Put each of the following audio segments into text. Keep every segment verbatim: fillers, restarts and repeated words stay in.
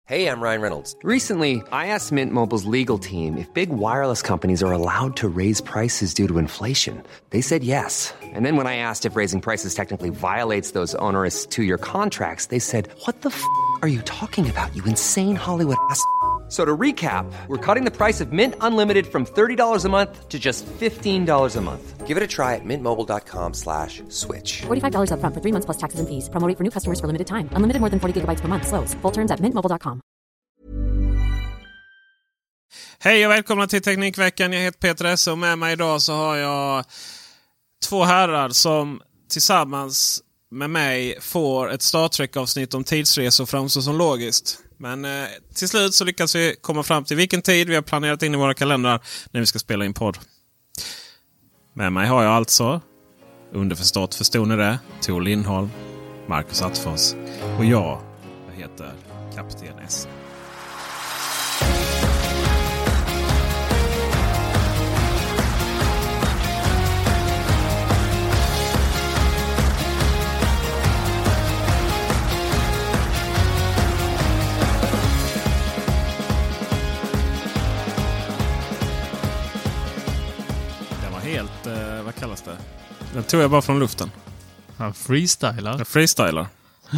Hey, I'm Ryan Reynolds. Recently, I asked Mint Mobile's legal team if big wireless companies are allowed to raise prices due to inflation. They said yes. And then when I asked if raising prices technically violates those onerous two-year contracts, they said, "What the f*** are you talking about, you insane Hollywood ass?" So to recap, we're cutting the price of Mint Unlimited from thirty dollars a month to just fifteen dollars a month. Give it a try at mintmobile.com slash switch. forty-five dollars up front for three months plus taxes and fees. Promo rate for new customers for limited time. Unlimited more than forty gigabytes per month. Slows full terms at mint mobile dot com. Hej och välkomna till Teknikveckan. Jag heter Peter Esse och med mig idag så har jag två herrar som tillsammans med mig får ett Star Trek-avsnitt om tidsresor framstår som logiskt. Men eh, till slut så lyckas vi komma fram till vilken tid vi har planerat in i våra kalendrar när vi ska spela in podd. Med mig har jag alltså, underförstått förstod ni det, Tor Lindholm, Marcus Attefors och jag, jag heter Kapten S. Helt, eh, vad kallas det? Den tog jag bara från luften. Han freestylar. Jag freestylar.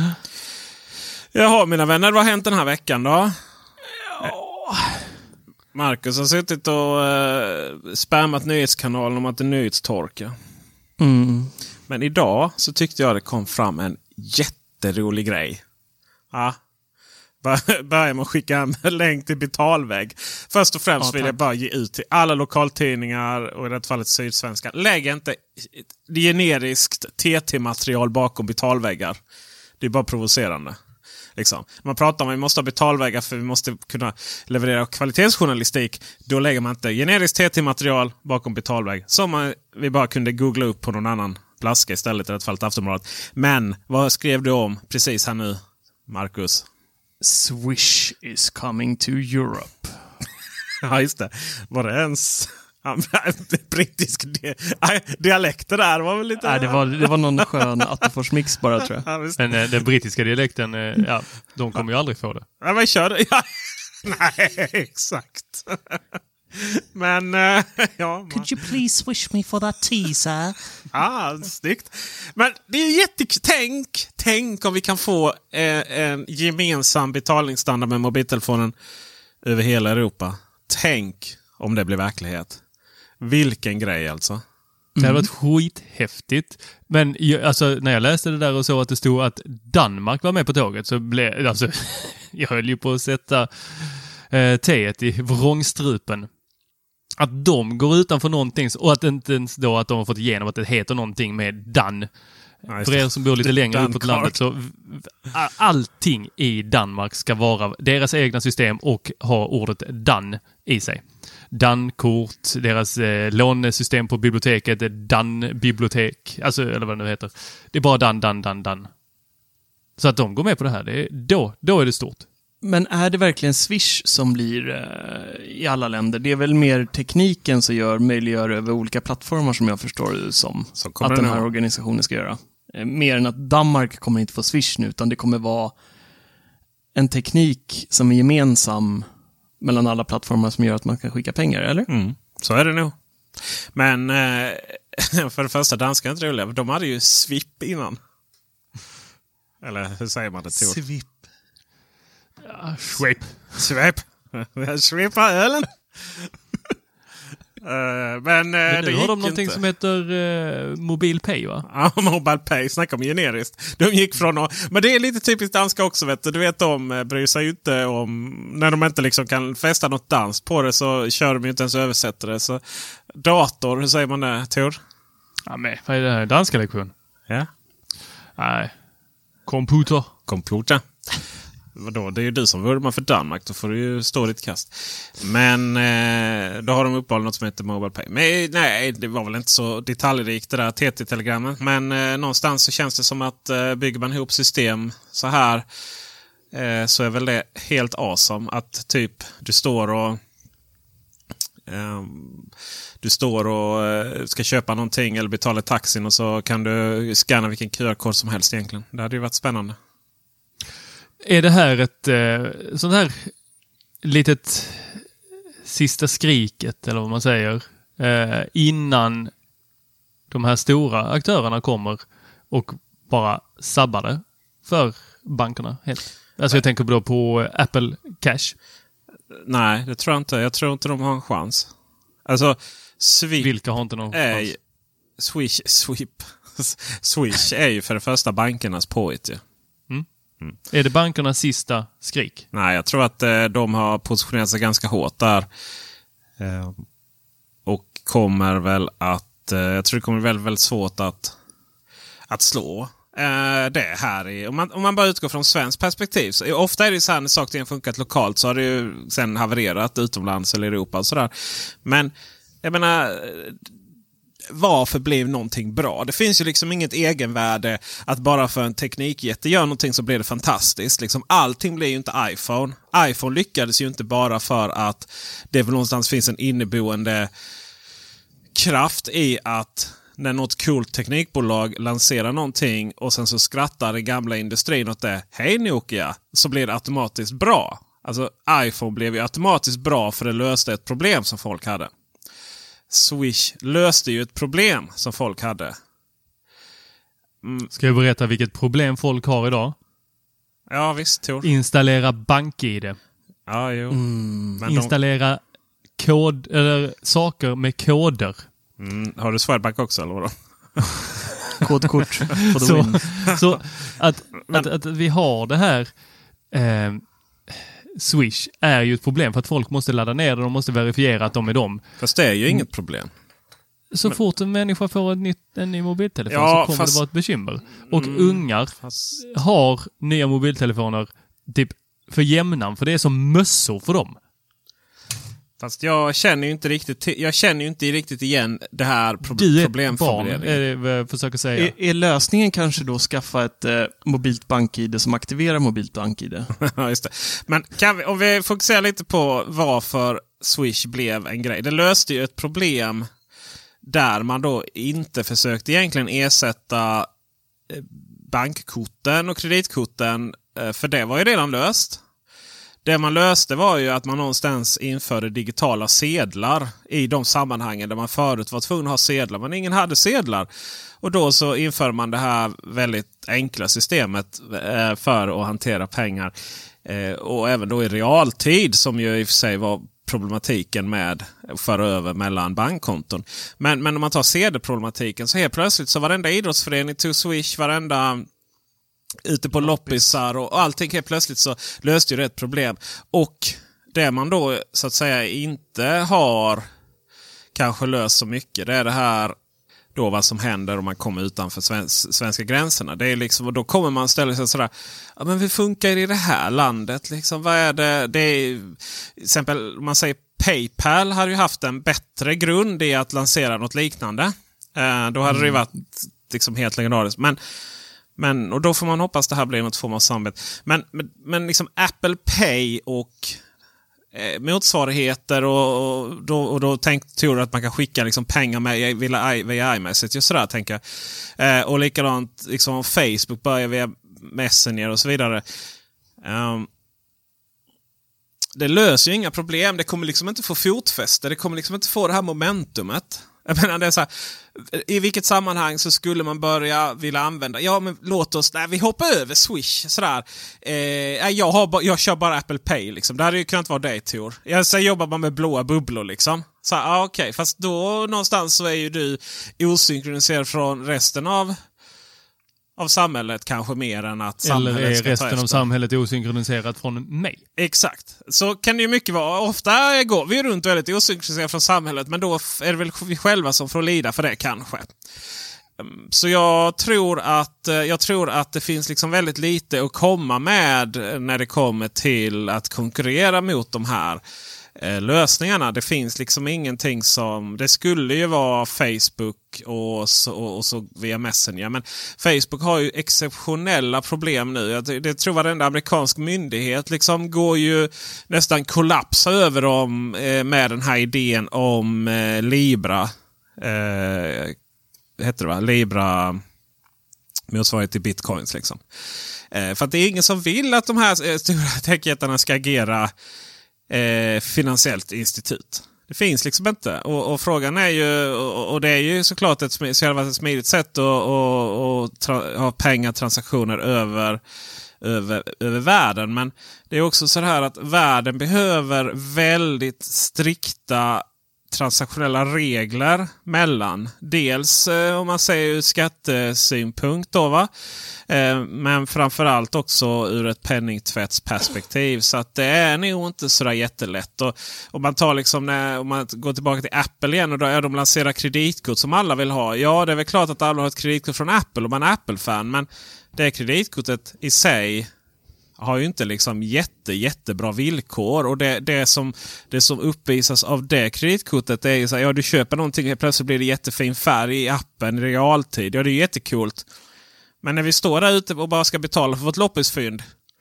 Jaha, mina vänner, vad har hänt den här veckan då? Ja. Marcus har suttit och eh, spammat nyhetskanalen om att det är nyhetstorka. Mm. Men idag så tyckte jag det kom fram en jätterolig grej. Ja. Börjar med att skicka en länk till betalvägg. Först och främst ja, vill jag bara ge ut till alla lokaltidningar och i det fallet Sydsvenskan. Lägg inte generiskt T T-material bakom betalväggar. Det är bara provocerande. Liksom. Man pratar om att vi måste ha betalväggar för vi måste kunna leverera kvalitetsjournalistik. Då lägger man inte generiskt T T-material bakom betalvägg. Som man, vi bara kunde googla upp på någon annan plaska istället i det fallet Aftonbladet. Men vad skrev du om precis här nu, Marcus? Swish is coming to Europe. Ja, just det. Var det ens brittisk di- dialekter där? Var väl lite... Nej, det var, det var någon skön Attefors-mix bara, tror jag. Ja, men äh, den brittiska dialekten, äh, ja, de kommer ju aldrig få det. Ja, men kör det. Ja. Nej, exakt. Men, uh, ja. Man... Could you please swish me for that tea, sir? Ah, snyggt. Men det är jättekul. Tänk, tänk om vi kan få eh, en gemensam betalningsstandard med mobiltelefonen över hela Europa. Tänk om det blir verklighet. Vilken grej alltså. Mm. Det hade varit skithäftigt. Men jag, alltså, när jag läste det där och så att det stod att Danmark var med på tåget så blev alltså, jag höll ju på att sätta eh, teet i vrångstrupen. Att de går utanför någonting och att inte ens då att de har fått igenom att det heter någonting med Dan. Ja, för er som bor lite längre uppåt landet så allting i Danmark ska vara deras egna system och ha ordet Dan i sig. Dan-kort, deras eh, lånesystem på biblioteket är Dan-bibliotek, alltså, eller vad det nu heter. Det är bara Dan, Dan, Dan, Dan. Så att de går med på det här, det är, då, då är det stort. Men är det verkligen Swish som blir eh, i alla länder? Det är väl mer tekniken som gör, möjliggör över olika plattformar som jag förstår det som att den här organisationen ska göra. Eh, mer än att Danmark kommer inte få Swish nu, utan det kommer vara en teknik som är gemensam mellan alla plattformar som gör att man kan skicka pengar, eller? Mm, så är det nog. Men eh, för det första, danska är inte roliga. De hade ju Svip innan. Eller hur säger man det? Svip. Ja, svip. Svip. Svipa ölen. uh, men uh, men det har gick de någonting inte. som heter uh, MobilePay, va? Ja, MobilePay. Snacka om generiskt. De gick från att... Men det är lite typiskt danska också, vet du. Du vet, de bryr sig ju inte om... När de inte liksom kan fästa något dans på det så kör de ju inte ens och översätter det. Så dator, hur säger man det, Tor? Ja, men vad är det här? Danska lektion? Ja. Nej. Computer. Computer. Vadå? Det är ju du som vurmar för Danmark. Då får du ju stå ditt kast. Men eh, då har de uppehållit något som heter MobilePay. Men nej, det var väl inte så detaljrikt det där T T-telegrammen. Men eh, någonstans så känns det som att eh, bygger man ihop system så här eh, så är väl det helt awesome. Att typ du står och eh, du står och eh, ska köpa någonting eller betala taxin och så kan du scanna vilken Q R-kod som helst egentligen. Det hade ju varit spännande. Är det här ett eh, sånt här litet sista skriket, eller vad man säger, eh, innan de här stora aktörerna kommer och bara sabbar det för bankerna helt? Alltså jag tänker då på Apple Cash. Nej, det tror jag inte. Jag tror inte de har en chans. Alltså, Swift... Vilka har inte någon är, chans? Swish, Swipe. Swish är ju för det första bankernas påhitt ju. Mm. Mm. Är det bankernas sista skrik? Nej, jag tror att eh, de har positionerat sig ganska hårt där. Eh, och kommer väl att... Eh, jag tror det kommer väldigt, väldigt svårt att, att slå eh, det här. I, om, man, om man bara utgår från svensk perspektiv. Så, ofta är det så här när saker har funkat lokalt så har det ju sen havererat utomlands eller Europa och sådär. Men jag menar... Varför blev någonting bra? Det finns ju liksom inget egenvärde att bara för en teknikjätte gör någonting så blir det fantastiskt. Liksom allting blir ju inte iPhone. iPhone lyckades ju inte bara för att det väl någonstans finns en inneboende kraft i att när något coolt teknikbolag lanserar någonting och sen så skrattar den gamla industrin åt det. Hej Nokia! Så blir det automatiskt bra. Alltså iPhone blev ju automatiskt bra för det löste ett problem som folk hade. Swish löste ju ett problem som folk hade. Mm. Ska jag berätta vilket problem folk har idag? Ja, visst. Tor. Installera BankID. Ja, jo. Mm. Installera de... kod, eller saker med koder. Mm. Har du Swedbank också, eller vadå? Kodkort. så så att, att, att vi har det här... Eh, Swish är ju ett problem för att folk måste ladda ner det och de måste verifiera att de är dem. Fast det är ju inget problem. Så men... fort en människa får ett nytt, en ny mobiltelefon ja, så kommer fast... det vara ett bekymmer. Och mm, ungar fast... har nya mobiltelefoner typ för jämnan, för det är som mössor för dem. Fast jag känner ju inte riktigt jag känner ju inte riktigt igen det här pro- du är problemformuleringen. Du är barn, är det försöker säga. Är, är lösningen kanske då skaffa ett eh, mobilt BankID som aktiverar mobilt BankID? Ja, just det. Men kan vi, om vi fokuserar lite på varför Swish blev en grej. Det löste ju ett problem där man då inte försökte egentligen ersätta bankkorten och kreditkorten, för det var ju redan löst. Det man löste var ju att man någonstans införde digitala sedlar i de sammanhangen där man förut var tvungen att ha sedlar, men ingen hade sedlar. Och då så inför man det här väldigt enkla systemet för att hantera pengar. Och även då i realtid, som ju i och för sig var problematiken med att föra över mellan bankkonton. Men, men om man tar sedelproblematiken så helt plötsligt så varenda idrottsförening tog Swish, varenda ute på loppisar och allting helt plötsligt så löste ju det ett problem. Och det man då så att säga inte har kanske löst så mycket, det är det här då vad som händer om man kommer utanför svensk, svenska gränserna. Det är liksom, och då kommer man ställa sig sådär, ja men hur funkar det i det här landet? Liksom, vad är det? Det är, till exempel, man säger PayPal har ju haft en bättre grund i att lansera något liknande. Eh, då hade mm. det varit liksom helt legendariskt. Men Men, och då får man hoppas det här blir något form av samarbete. Men, men, men liksom Apple Pay och eh, motsvarigheter och, och, då, och då tänkte jag att man kan skicka liksom pengar med, via, via iMessage och sådär tänker jag. Eh, och likadant liksom Facebook börjar via Messenger och så vidare. Um, det löser ju inga problem. Det kommer liksom inte få fotfäste. Det kommer liksom inte få det här momentumet. Jag menar, det är så här, i vilket sammanhang så skulle man börja vilja använda, ja men låt oss, nej vi hoppar över Swish sådär. Eh, jag, har, jag kör bara Apple Pay liksom. Det hade ju kunnat vara det, Tor. Jag så jobbar bara med blåa bubblor liksom. Så ja okej, okay. Fast då någonstans så är ju du osynkroniserad från resten av av samhället kanske mer än att samhället eller är ska resten av samhället osynkroniserat från mig. Exakt. Så kan det ju mycket vara. Ofta går vi runt väldigt osynkroniserat från samhället, men då är det väl vi själva som får lida för det kanske. Så jag tror att jag tror att det finns liksom väldigt lite att komma med när det kommer till att konkurrera mot de här lösningarna. Det finns liksom ingenting som... Det skulle ju vara Facebook och så, och så via Messenger. Men Facebook har ju exceptionella problem nu. Jag det, det tror varenda amerikansk myndighet liksom går ju nästan kollapsa över dem eh, med den här idén om eh, Libra. Eh, heter det va? Libra motsvarighet till bitcoins liksom. Eh, för att det är ingen som vill att de här eh, stora techjättarna ska agera eh, finansiellt institut. Det finns liksom inte. Och, och frågan är ju, och, och det är ju såklart ett, så ett smidigt sätt att och, och tra, ha pengatransaktioner över, över, över världen. Men det är också så här att världen behöver väldigt strikta transaktionella regler mellan. Dels eh, om man säger ur skattesynpunkt då, va? Eh, men framförallt också ur ett penningtvättsperspektiv. Så att det är nog inte så där jättelätt. Och om man tar liksom när, om man går tillbaka till Apple igen och då är de lanserar kreditkort som alla vill ha. Ja, det är väl klart att alla har ett kreditkort från Apple och man är Apple-fan. Men det kreditkortet i sig har ju inte liksom jätte, jättebra villkor. Och det, det, som, det som uppvisas av det kreditkortet är ju så här, ja, du köper någonting och plötsligt blir det jättefin färg i appen i realtid. Ja, det är jättekult. Men när vi står där ute och bara ska betala för vårt loppisfynd,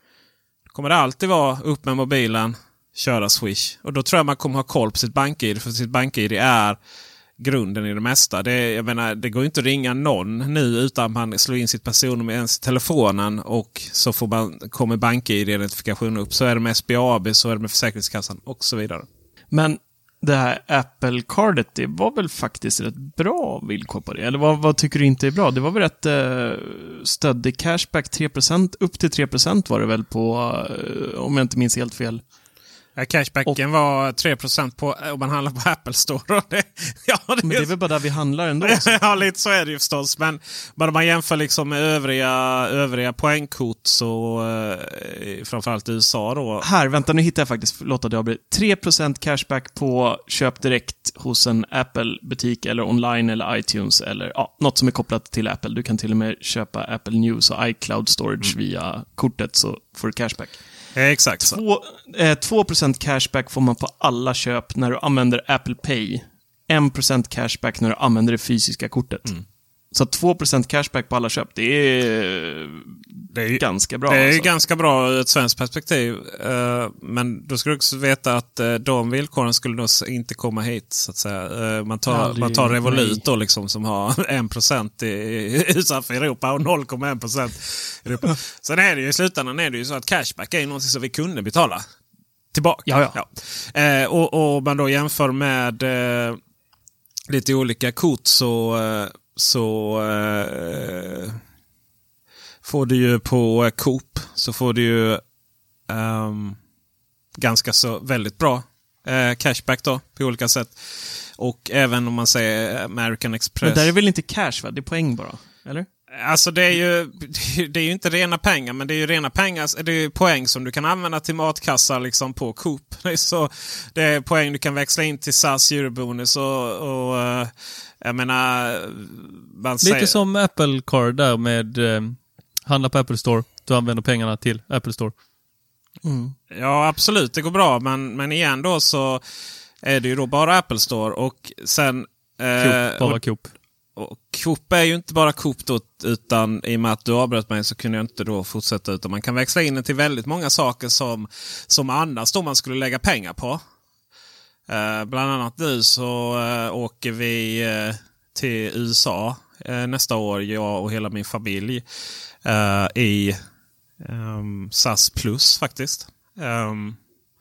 kommer det alltid vara upp med mobilen, köra Swish. Och då tror jag man kommer ha koll på sitt bank-id, för sitt bank-id är grunden i det mesta. Det, jag menar, det går inte att ringa någon nu utan man slår in sitt personnummer ens i telefonen och så får man, kommer bank-id-identifikation upp. Så är det med S B A B, så är det med Försäkringskassan och så vidare. Men det här Apple-cardet, det var väl faktiskt rätt bra villkor på det? Eller vad, vad tycker du inte är bra? Det var väl rätt eh, stöddig cashback, tre procent, upp till tre procent var det väl på, eh, om jag inte minns helt fel. Ja, cashbacken och var tre procent på, om man handlar på Apple Store. Det, ja, det men det är väl bara där vi handlar ändå. Ja, lite så är det ju förstås. Men bara man jämför liksom med övriga, övriga poängkort så eh, framförallt i U S A då. Här, vänta, nu hittar jag faktiskt, förlåt att jag blir tre procent cashback på köp direkt hos en Apple-butik eller online eller iTunes eller ja, något som är kopplat till Apple. Du kan till och med köpa Apple News och iCloud Storage mm. via kortet så får du cashback. Exakt så. Två, eh, två procent cashback får man på alla köp när du använder Apple Pay. en procent cashback när du använder det fysiska kortet. Mm. Så två procent cashback på alla köp, det är, det är ganska bra. Det är alltså. ganska bra ur ett svenskt perspektiv. Uh, men då ska du också veta att uh, de villkoren skulle nog inte komma hit, så att säga. Uh, man, tar, ja, man tar Revolut då, liksom, som har en procent i, i, utanför Europa och noll komma en procent i Europa. Sen är det ju i slutändan är det ju så att cashback är något som vi kunde betala tillbaka. Ja, ja. ja. Uh, och, och man då jämför med uh, lite olika kort så... Uh, så eh, får du ju på Coop så får du ju um, ganska så väldigt bra eh, cashback då på olika sätt. Och även om man säger American Express. Men där är väl inte cash, va? Det är poäng bara, eller? Alltså det är ju det är ju inte rena pengar, men det är ju rena pengar, det är ju poäng som du kan använda till matkassar liksom på Coop. Det är, så, det är poäng du kan växla in till S A S Eurobonus och, och jag menar man lite säger... som Apple Card där med eh, handla på Apple Store. Du använder pengarna till Apple Store. Mm. Ja, absolut, det går bra, men, men igen då så är det ju då bara Apple Store och sen eh, Coop, bara Coop. Och Coop är ju inte bara Coop då, utan i och med att du avbröt mig så kunde jag inte då fortsätta, utan man kan växla in det till väldigt många saker som, som annars då man skulle lägga pengar på. Eh, bland annat nu så eh, åker vi eh, till U S A eh, nästa år, jag och hela min familj eh, i um, S A S Plus faktiskt. Um,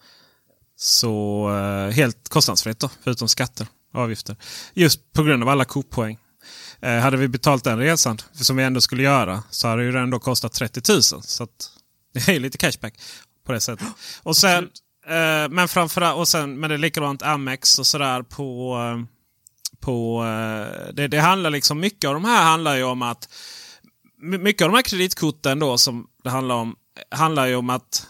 så eh, helt kostnadsfritt då, förutom skatter och avgifter. Just på grund av alla Coop-poäng. Eh, hade vi betalt den resan, som vi ändå skulle göra, så hade det ändå kostat trettio tusen. Så att, det är lite cashback på det sättet. Och sen, eh, men framförallt, och sen, men det är likadant Amex och sådär på, på eh, det, det handlar liksom, mycket av de här handlar ju om att, mycket av de här kreditkorten då som det handlar om, handlar ju om att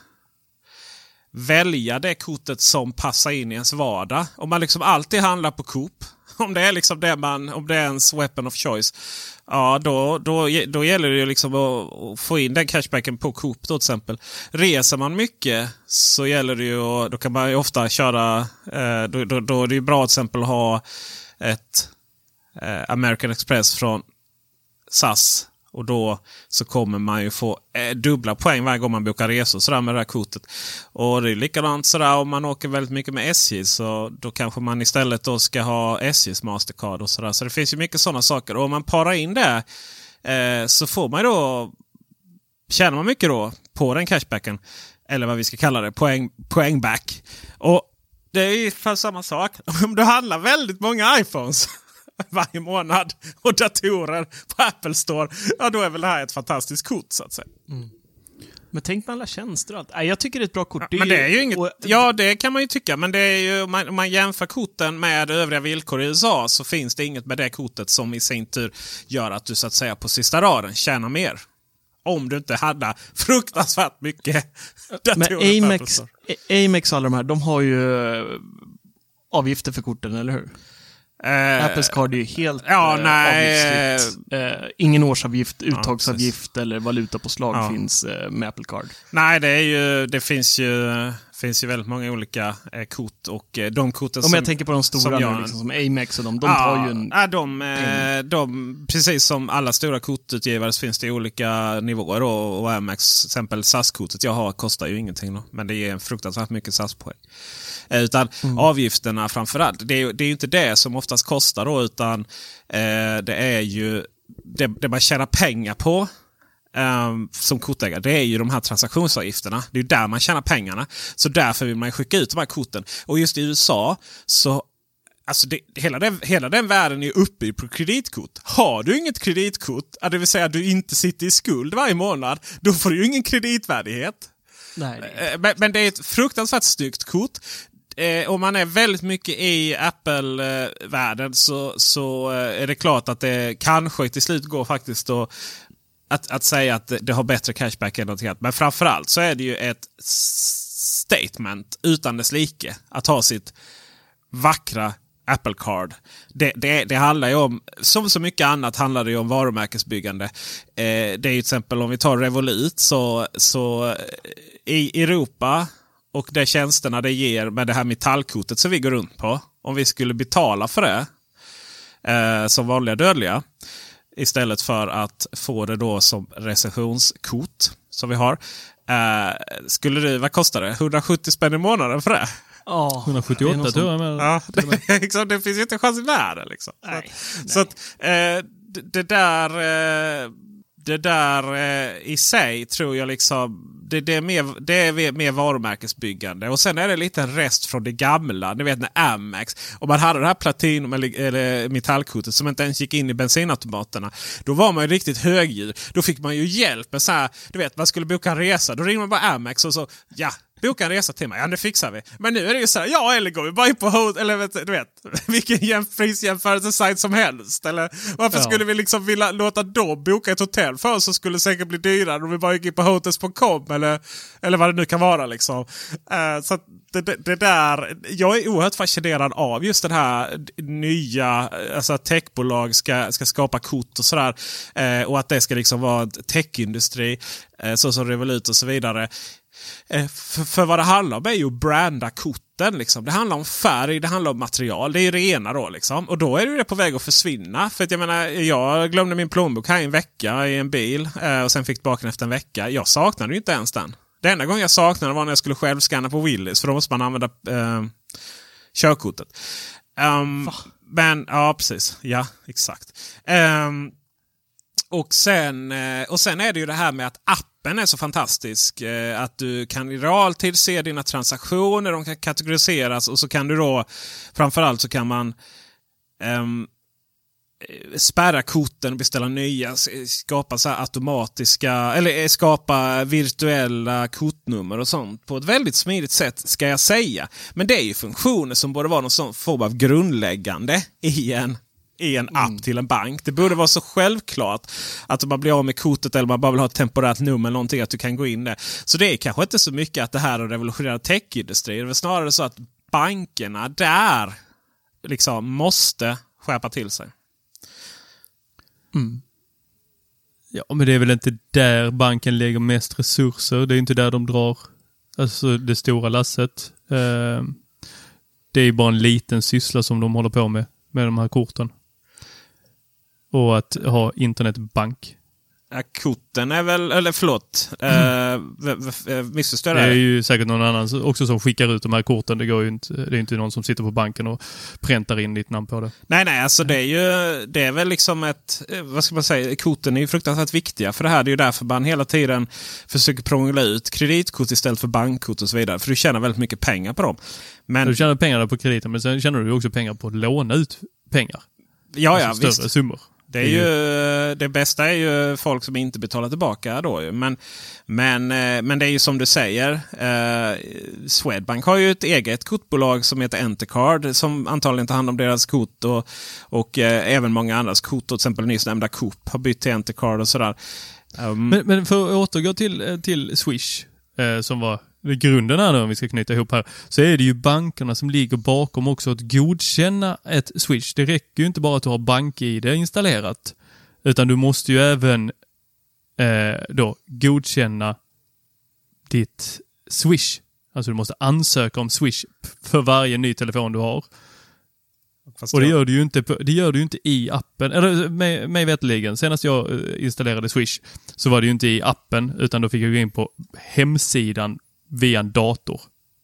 välja det kortet som passar in i ens vardag. Om man liksom alltid handlar på Coop, om det är liksom det man, om det är ens weapon of choice, ja då, då, då gäller det ju liksom att, att få in den cashbacken på Coop då till exempel. Reser man mycket så gäller det ju, och då kan man ju ofta köra, eh, då, då, då är det ju bra till exempel att ha ett eh, American Express från S A S. Och då så kommer man ju få eh, dubbla poäng varje gång man bokar resor sådär med det här kortet. Och det är likadant sådär om man åker väldigt mycket med S J, så då kanske man istället då ska ha S J:s Mastercard och sådär. Så det finns ju mycket sådana saker. Och om man parar in det eh, så får man då tjänar man mycket då på den cashbacken. Eller vad vi ska kalla det, poäng, poängback. Och det är ju för samma sak. Om du handlar väldigt många iPhones varje månad och datorer på Apple Store, ja då är väl det här ett fantastiskt kort så att säga. Mm. Men tänk på alla tjänster och allt. Nej, jag tycker det är ett bra kort. Ja, men det är ju inget, ja, det kan man ju tycka. Men det är ju, om man, om man jämför korten med övriga villkor i U S A så finns det inget med det kortet som i sin tur gör att du så att säga på sista raden tjänar mer. Om du inte hade fruktansvärt mycket datorer. Men Amex, Amex och alla de här, de har ju avgifter för korten, eller hur? Uh, Apples Card är ju helt ja, uh, nej, avgiftsfritt. Uh, ingen årsavgift, uttagsavgift ja, eller valutapåslag ja. finns uh, med Apple Card. Nej, det är ju det finns ju finns ju väldigt många olika eh, kort och eh, de korten Om som jag tänker på de stora som, nu, liksom, som Amex och de, de ja, tar ju en ja, de, eh, de precis som alla stora kortutgivare så finns det olika nivåer då, och Amex, till exempel S A S-kortet jag har kostar ju ingenting då, men det ger en fruktansvärt mycket S A S-poäng. Utan mm. avgifterna framförallt. Det är, det är ju inte det som oftast kostar då, utan eh, det är ju det, det man tjänar pengar på eh, som kortägare. Det är ju de här transaktionsavgifterna. Det är ju där man tjänar pengarna. Så därför vill man skicka ut de här korten. Och just i U S A så alltså det, hela, den, hela den världen är uppe på kreditkort. Har du inget kreditkort, det vill säga att du inte sitter i skuld varje månad, då får du ju ingen kreditvärdighet. Nej, det men, men det är ett fruktansvärt styggt kort. Eh, om man är väldigt mycket i Apple-världen så, så eh, är det klart att det kanske till slut går faktiskt då att, att säga att det, det har bättre cashback än något annat. Men framförallt så är det ju ett statement utan dess like att ha sitt vackra Apple Card. Det, det, det handlar ju om, som så mycket annat handlar det ju om varumärkesbyggande. Eh, det är ju till exempel om vi tar Revolut så, så i Europa och de tjänsterna det ger med det här metallkortet som vi går runt på. Om vi skulle betala för det eh, som vanliga dödliga istället för att få det då som recensionskort som vi har. Eh, skulle det, vad kostar det? hundrasjuttio spänn i månaden för det? Oh, hundrasjuttioåtta tror jag. Med, ja, det, liksom, det finns ju inte en chans i världen. Liksom. Nej, så nej. så att eh, det, det där... Eh, Det där eh, i sig tror jag liksom det, det, är mer, det är mer varumärkesbyggande. Och sen är det lite en rest från det gamla. Ni vet när Amex, om man hade det här platinum eller, eller metallkortet som inte ens gick in i bensinautomaterna, då var man ju riktigt högljudd. Då fick man ju hjälp med så här, du vet, man skulle boka en resa. Då ringde man bara Amex och så, ja, boka en resa till mig. Ja, det fixar vi. Men nu är det ju så här, ja, eller går vi bara in på hot, eller vet, du vet, vilken prisjämförelsesajt som helst. Eller varför ja. skulle vi liksom vilja låta dem boka ett hotell för oss så skulle det säkert bli dyrare om vi bara gick in på hotels punkt com eller, eller vad det nu kan vara liksom. Uh, så det, det, det där, jag är oerhört fascinerad av just den här nya, alltså att techbolag ska, ska skapa kort och sådär. Uh, och att det ska liksom vara en techindustri, uh, så som Revolut och så vidare. För, för vad det handlar om är ju att branda korten liksom. Det handlar om färg, det handlar om material. Det är ju rena då liksom. Och då är det på väg att försvinna. För att jag menar, jag glömde min plånbok här i en vecka i en bil. Eh, och sen fick tillbaka den efter en vecka. Jag saknade ju inte ens den. Det enda gången jag saknade var när jag skulle själv scanna på Willys. För då måste man använda eh, körkortet. Um, men, ja precis. Ja, exakt. Um, och, sen, och sen är det ju det här med att appen är så fantastisk. Att du kan i realtid se dina transaktioner, de kan kategoriseras och så kan du då, framförallt så kan man um, spärra korten och beställa nya, skapa så här automatiska, eller skapa virtuella kortnummer och sånt på ett väldigt smidigt sätt, ska jag säga. Men det är ju funktioner som borde vara någon sån form av grundläggande i en i en app mm. till en bank. Det borde vara så självklart att om man blir av med kortet eller man bara vill ha ett temporärt nummer eller någonting, att du kan gå in där. Så det är kanske inte så mycket att det här är revolutionerande techindustri. Det är snarare så att bankerna där liksom måste skärpa till sig. Mm. Ja, men det är väl inte där banken lägger mest resurser. Det är inte där de drar alltså det stora lasset. Eh, det är bara en liten syssla som de håller på med med de här korten. Och att ha internetbank. Ja, korten är väl, eller förlåt, mm. uh, missförstår det. Det är ju säkert någon annan också som skickar ut de här korten. Det går ju inte, det är inte någon som sitter på banken och präntar in ditt namn på det. Nej, nej, alltså det är ju, det är väl liksom ett, vad ska man säga, korten är ju fruktansvärt viktiga för det här. Det är ju därför man hela tiden försöker prångla ut kreditkort istället för bankkort och så vidare. För du tjänar väldigt mycket pengar på dem. Men du tjänar pengarna på krediten, men sen tjänar du också pengar på att låna ut pengar. Ja, ja, alltså större visst. Summor. Det är ju, det bästa är ju folk som inte betalar tillbaka då. Men, men, men det är ju som du säger. Eh, Swedbank har ju ett eget kortbolag som heter Entercard som antagligen tar hand om deras kort och, och eh, även många andras kort. Till exempel nyss nämnda Coop har bytt till Entercard och sådär. Um, men, men för att återgå till, till Swish eh, som var grunden här nu, om vi ska knyta ihop här, så är det ju bankerna som ligger bakom också att godkänna ett Swish. Det räcker ju inte bara att du har bank-I D installerat, utan du måste ju även eh, då godkänna ditt Swish. Alltså du måste ansöka om Swish för varje ny telefon du har. Fast och det gör du ju inte, det gör du ju inte i appen. Eller mig, mig vetligen, senast jag installerade Swish så var det ju inte i appen, utan då fick jag gå in på hemsidan via en dator.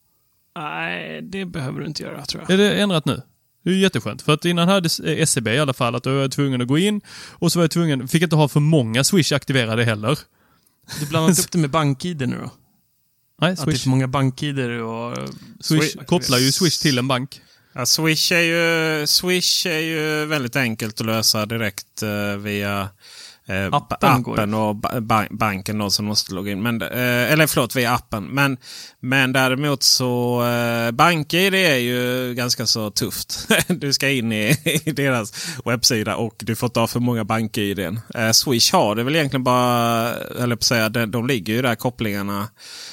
Nej, det behöver du inte göra, tror jag. Är det ändrat nu? Det är ju jätteskönt. För att innan hade S E B i alla fall att då var jag tvungen att gå in och så var jag tvungen, fick inte ha för många Swish aktiverade heller. Du blandat upp det med bank-I D nu då? Nej, Swish. Att det är för många bank-I D och... Swish kopplar ju Swish till en bank. Ja, Swish är ju, Swish är ju väldigt enkelt att lösa direkt uh, via eh, appen, appen och ba- banken då, som måste logga in. Men, eh, eller förlåt, via appen. Men, men däremot så eh, bank-I D är ju ganska så tufft. Du ska in i, i deras webbsida och du får ta för många bank-I D. Eh, Swish har det väl egentligen bara, eller på att säga, de, de ligger ju där kopplingarna.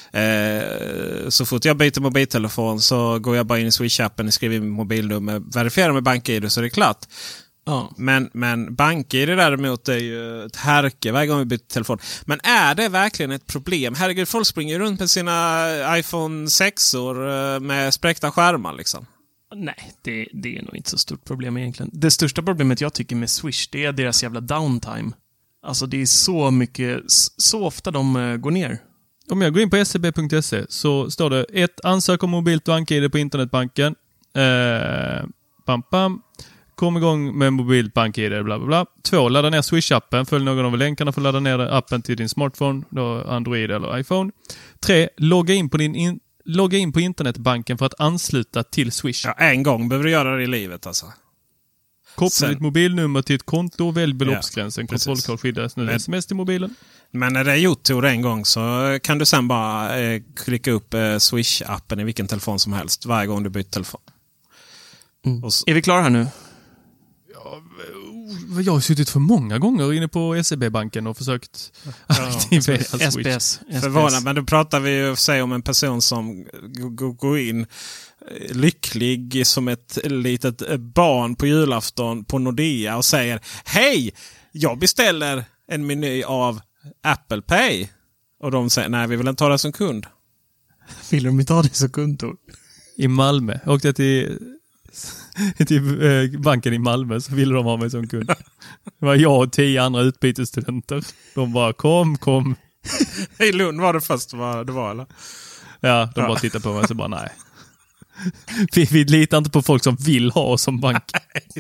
Eh, så fort jag byter mobiltelefon så går jag bara in i Swish-appen och skriver in mobilnummer, verifierar med bank-I D så är det klart. Ja. Men, men bank-I D däremot är ju ett härke varje gång vi byter telefon. Men är det verkligen ett problem? Herregud, folk springer runt med sina iPhone sex-or med spräckta skärmar liksom. Nej, det, det är nog inte så stort problem egentligen. Det största problemet jag tycker med Swish, det är deras jävla downtime. Alltså det är så mycket, så ofta de uh, går ner. Om jag går in på s e b punkt se så står det ett, ansök om mobilt bank-I D på internetbanken. Eh, pam, pam. Kom igång med mobilt bank-I D, bla bla bla. Två, ladda ner Swish-appen. Följ någon av länkarna för att ladda ner appen till din smartphone, då Android eller iPhone. Tre, logga in på din in, logga in på internetbanken för att ansluta till Swish. Ja, en gång behöver du göra det i livet alltså. Koppla Sen... ditt mobilnummer till ett konto, välj beloppsgränsen. Ja, kontrollkod skyddas nu. Men... sms till mobilen. Men när det är gjort till en gång så kan du sen bara eh, klicka upp eh, Swish-appen i vilken telefon som helst varje gång du byter telefon. Mm. Och så... Är vi klara här nu? Ja, jag har suttit för många gånger inne på S E B-banken och försökt ja, aktivera Swish. S B S. Förvånad, men då pratar vi ju säg om en person som går in lycklig som ett litet barn på julafton på Nordea och säger: hej, jag beställer en meny av Apple Pay. Och de säger: nej, vi vill inte ta det som kund. Vill de inte ha det som kund då? I Malmö. Jag åkte till, till eh, banken i Malmö så ville de ha mig som kund. Det var jag och tio andra utbytesstudenter. De bara, kom, kom. I Lund var det först var det var, eller? Ja, de ja. bara tittade på mig och så bara, nej. Vi, vi litar inte på folk som vill ha oss som bank.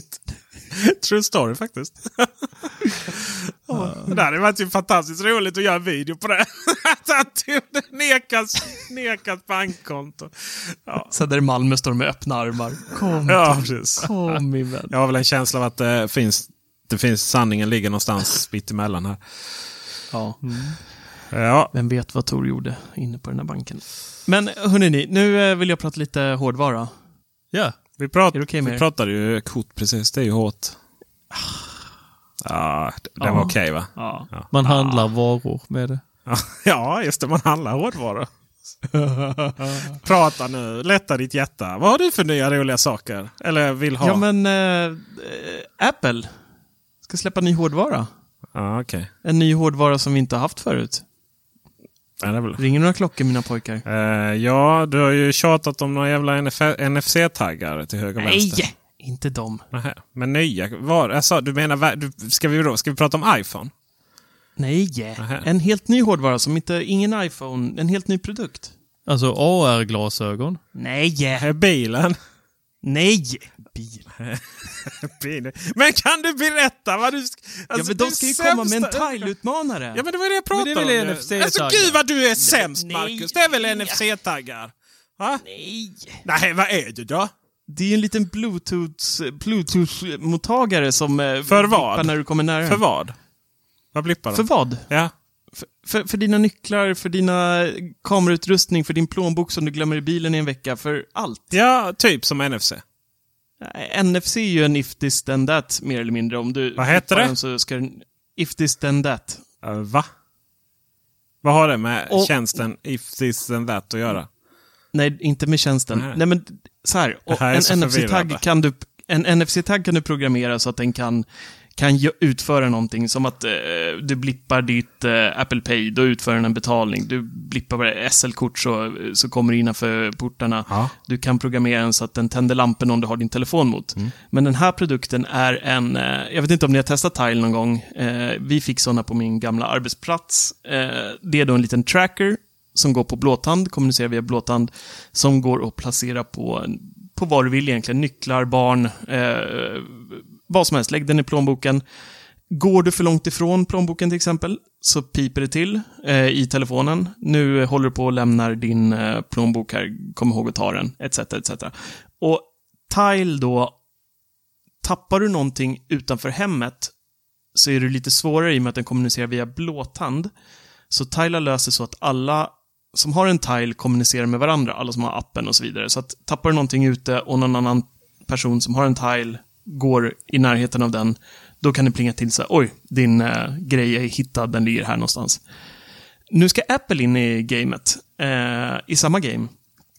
True story faktiskt. Oh, det hade varit ju fantastiskt roligt att göra en video på det. Att nekas, nekas bankkonto. Ja. Så där i Malmö står med öppna armar. Kom, ja, precis. Kom min vän. Jag har väl en känsla av att det finns, det finns sanningen ligger någonstans mitt emellan här. Ja. Mm. Ja. Vem vet vad Tor gjorde inne på den här banken. Men hörni, nu vill jag prata lite hårdvara. Ja. Vi, prat, okay vi pratade ju kort precis, det är ju hårt. Ja, det, det ja. var okej okay, va? Ja. Ja. Man handlar ja. varor med det. Ja, just det, man handlar hårdvaror. Prata nu, lätta ditt hjärta. Vad har du för nya roliga saker? Eller vill ha? Ja, men äh, Apple ska släppa ny hårdvara. Ja, okej. Okay. En ny hårdvara som vi inte har haft förut. Ja, det väl... Ringer några klockor, mina pojkar? Uh, ja, du har ju tjatat om några jävla N F C-taggar till höger och vänster. Nej, inte dem. Nähä. Men nya, var, alltså, du menar, du, ska, vi då, ska vi prata om iPhone? Nej, yeah. En helt ny hårdvara som inte, ingen iPhone, en helt ny produkt. Alltså A R-glasögon? Nej, yeah. Bilen? Nej, bil. Bilen. Men kan du berätta vad du... Alltså, ja, men de ska ju komma med en Tile-utmanare. Ja, men det var det jag pratade om. Men det är väl om. N F C-taggar? Alltså, gud vad du är sämst, nej, Marcus. Det är väl N F C-taggar? Va? Nej. Nej, vad är det då? Det är ju en liten Bluetooth, Bluetooth-mottagare som för vad? När du kommer nära. För vad? Vad blippar de? För vad? Ja. För, för, för dina nycklar, för dina kamerautrustning, för din plånbok som du glömmer i bilen i en vecka, för allt. Ja, typ som N F C. N F C är ju en if this then that, mer eller mindre. Om du vad heter det? Så ska du, if this then that. Uh, va? Vad har det med och, tjänsten if this then that att göra? Nej, inte med tjänsten. Nej, nej men så här. Och här en N F C-tagg kan du en N F C-tagg kan du programmera så att den kan kan utföra någonting, som att eh, du blippar ditt eh, Apple Pay, då utför den en betalning. Du blippar S L-kort så, så kommer det innanför portarna. Ja. Du kan programmera den så att den tänder lampen om du har din telefon mot. Mm. Men den här produkten är en, eh, jag vet inte om ni har testat Tile någon gång. Eh, vi fick sådana på min gamla arbetsplats. Eh, det är då en liten tracker som går på blåtand, kommunicerar via blåtand, som går att placera på, på vad du vill egentligen. Nycklar, barn, eh, vad som helst. Lägg den i plånboken. Går du för långt ifrån plånboken till exempel, så piper det till eh, i telefonen. Nu håller du på och lämnar din eh, plånbok här. Kom ihåg att ta den, et cetera et cetera. Och Tile då, tappar du någonting utanför hemmet så är det lite svårare i och med att den kommunicerar via blåtand. Så Tile löser så att alla som har en Tile kommunicerar med varandra, alla som har appen och så vidare. Så att tappar du någonting ute och någon annan person som har en Tile går i närheten av den, då kan det plinga till så här, oj, din äh, grej är hittad, den ligger här någonstans. Nu ska Apple in i gamet, äh, i samma game.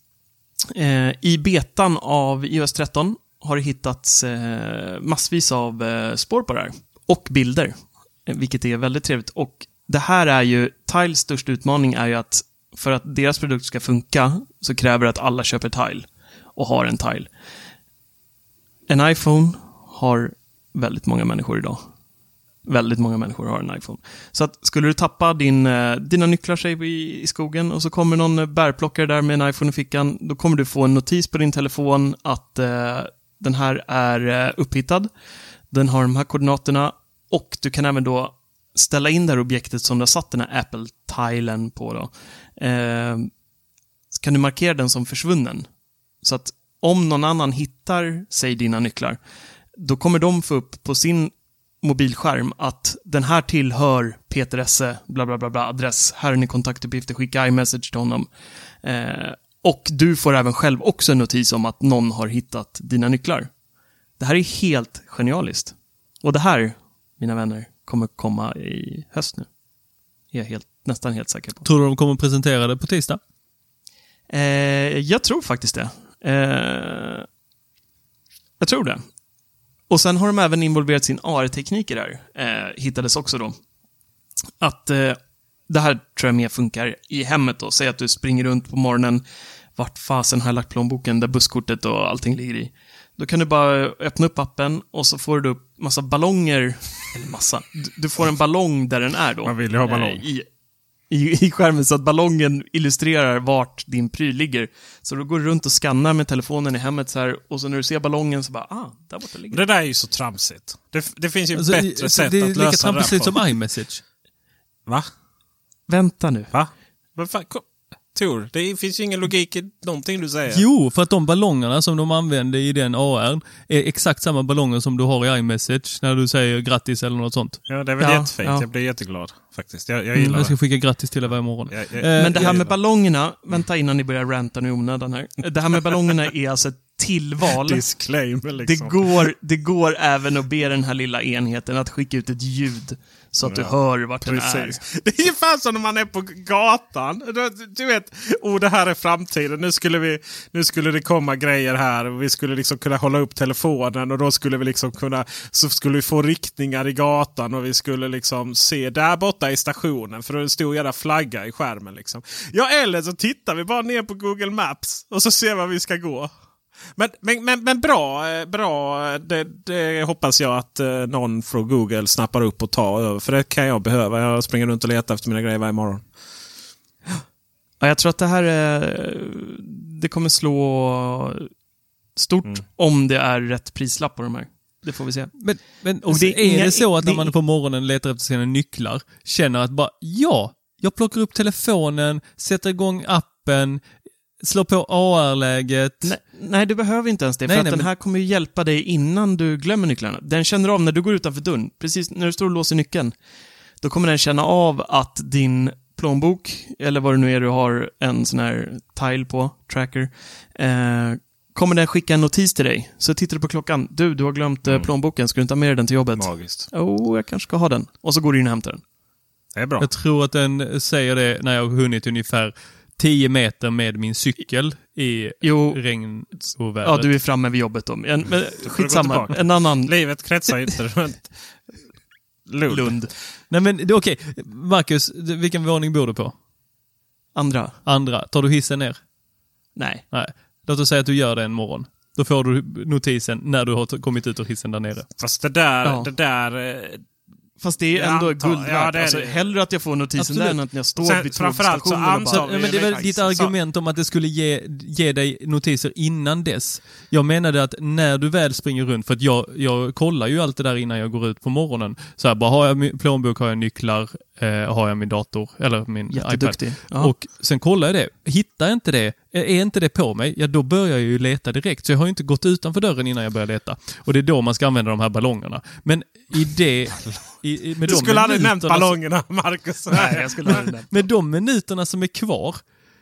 Äh, I betan av i O S tretton har det hittats äh, massvis av äh, spår på det här. Och bilder, äh, vilket är väldigt trevligt. Och det här är ju, Tiles största utmaning är ju att för att deras produkt ska funka så kräver det att alla köper Tile och har en Tile. En iPhone har väldigt många människor idag. Väldigt många människor har en iPhone. Så att skulle du tappa din, dina nycklar säg, i, i skogen och så kommer någon bärplockare där med en iPhone i fickan, då kommer du få en notis på din telefon att eh, den här är eh, upphittad. Den har de här koordinaterna och du kan även då ställa in det här objektet som du har satt den här Apple-tilen på då. Eh, så kan du markera den som försvunnen. Så att om någon annan hittar, säg dina nycklar, då kommer de få upp på sin mobilskärm att den här tillhör Peter Esse, bla bla bla, bla adress, här är ni kontaktuppgifter, skicka iMessage till honom. Eh, och du får även själv också en notis om att någon har hittat dina nycklar. Det här är helt genialiskt. Och det här, mina vänner, kommer komma i höst nu. Jag är helt, nästan helt säker på. Tror du de kommer presentera det på tisdag? Eh, jag tror faktiskt det. Eh, jag tror det. Och sen har de även involverat sin A R-teknik i det här. Eh, hittades också då. Att eh, det här tror jag mer funkar i hemmet då. Säg att du springer runt på morgonen. Vart fasen har jag lagt plånboken där busskortet och allting ligger i. Då kan du bara öppna upp appen och så får du upp massa ballonger. Eller massa. Du, du får en ballong där den är då. Man vill ju ha ballong. Eh, i, I, i skärmen så att ballongen illustrerar vart din pryl ligger. Så då går du runt och skannar med telefonen i hemmet så här, och så när du ser ballongen så bara, ah, där borta ligger det. Det där är ju så tramsigt. Det, det finns ju alltså, bättre det, sätt det att lösa det. Det är lika tramsigt som iMessage. Va? Vänta nu. Va? Men fan, kom. Tor, det finns ju ingen logik i någonting du säger. Jo, för att de ballongerna som de använder i den A R är exakt samma ballonger som du har i iMessage när du säger grattis eller något sånt. Ja, det är väl ja, jättefint. Ja. Jag blir jätteglad faktiskt. Jag, jag gillar mm, jag ska det. skicka grattis till dig varje morgon. Jag, jag, Men det här med ballongerna, vänta innan ni börjar ranta nu i onödan här. Det här med ballongerna är alltså ett tillval. Disclaimer liksom. Det går, det går även att be den här lilla enheten att skicka ut ett ljud så att ja, du hör vart precis. Den är. Det är ju fan som när man är på gatan. Du, du vet, oh, det här är framtiden. Nu skulle vi, nu skulle det komma grejer här och vi skulle liksom kunna hålla upp telefonen och då skulle vi liksom kunna, så skulle vi få riktningar i gatan och vi skulle liksom se där borta i stationen för det stod jävla flagga i skärmen liksom. Ja, eller så tittar vi bara ner på Google Maps och så ser var vi ska gå. Men, men, men, men bra, bra det, det hoppas jag att eh, någon från Google snappar upp och tar över. För det kan jag behöva. Jag springer runt och letar efter mina grejer varje morgon. Ja, jag tror att det här är, det kommer slå stort mm. om det är rätt prislapp på de här. Det får vi se. Men, men och det är, är inga, det så att det, när man på morgonen letar efter sina nycklar känner att bara, ja, jag plockar upp telefonen, sätter igång appen, slår på A R-läget. Nej, nej, du behöver inte ens det. Nej, för nej, att den här kommer ju hjälpa dig innan du glömmer nycklarna. Den känner av när du går utanför dörren. Precis när du står och låser nyckeln. Då kommer den känna av att din plånbok, eller vad det nu är du har en sån här tile på, tracker, eh, kommer den skicka en notis till dig. Så tittar du på klockan. Du, du har glömt mm. plånboken. Ska du inte ha med den till jobbet? Magiskt. Oh, jag kanske ska ha den. Och så går du in och hämtar den. Det är bra. Jag tror att den säger det när jag har hunnit ungefär tio meter med min cykel i jo, regn och vädret. Ja, du är framme vid jobbet då. En, men, skitsamma. En annan... Livet kretsar inte runt Lund. Lund. Nej, men det är okej. Marcus, vilken våning bor du på? Andra. Andra. Tar du hissen ner? Nej. Nej. Låt oss säga att du gör det en morgon. Då får du notisen när du har kommit ut ur hissen där nere. Fast det där... Ja. Det där Fast det är ändå guld värt. Ja, det är alltså, hellre att jag får notisen Absolut. där än att jag står Sen, vid tågstationen och bara... Men det är väl ditt argument om att det skulle ge, ge dig notiser innan dess. Jag menade att när du väl springer runt, för att jag, jag kollar ju allt det där innan jag går ut på morgonen. Så här, bara har jag min plånbok, har jag nycklar, eh, har jag min dator eller min iPad. Ja. Och sen kollar jag det. Hittar jag inte det, är inte det på mig, ja då börjar jag ju leta direkt. Så jag har ju inte gått utanför dörren innan jag börjar leta. Och det är då man ska använda de här ballongerna. Men i det... I, med du skulle aldrig nämnt ballongerna, Marcus. Nej, jag skulle aldrig nämnt. Med de minuterna som är kvar,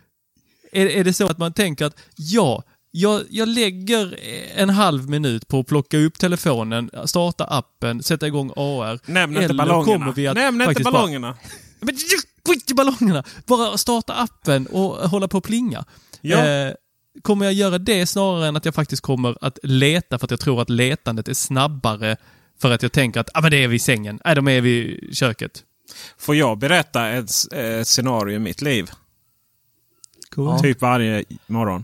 är, är det så att man tänker att ja, jag, jag lägger en halv minut på att plocka upp telefonen, starta appen, sätta igång A R. Nämn inte ballongerna. Kommer vi att Nämn inte ballongerna. Bara, men skit i ballongerna. Bara starta appen och hålla på att plinga. Ja. Eh, kommer jag göra det snarare än att jag faktiskt kommer att leta, för att jag tror att letandet är snabbare. För att jag tänker att ah, men det är vid sängen. Nej, de är vid köket. Får jag berätta ett, ett scenario i mitt liv? Cool. Typ varje morgon.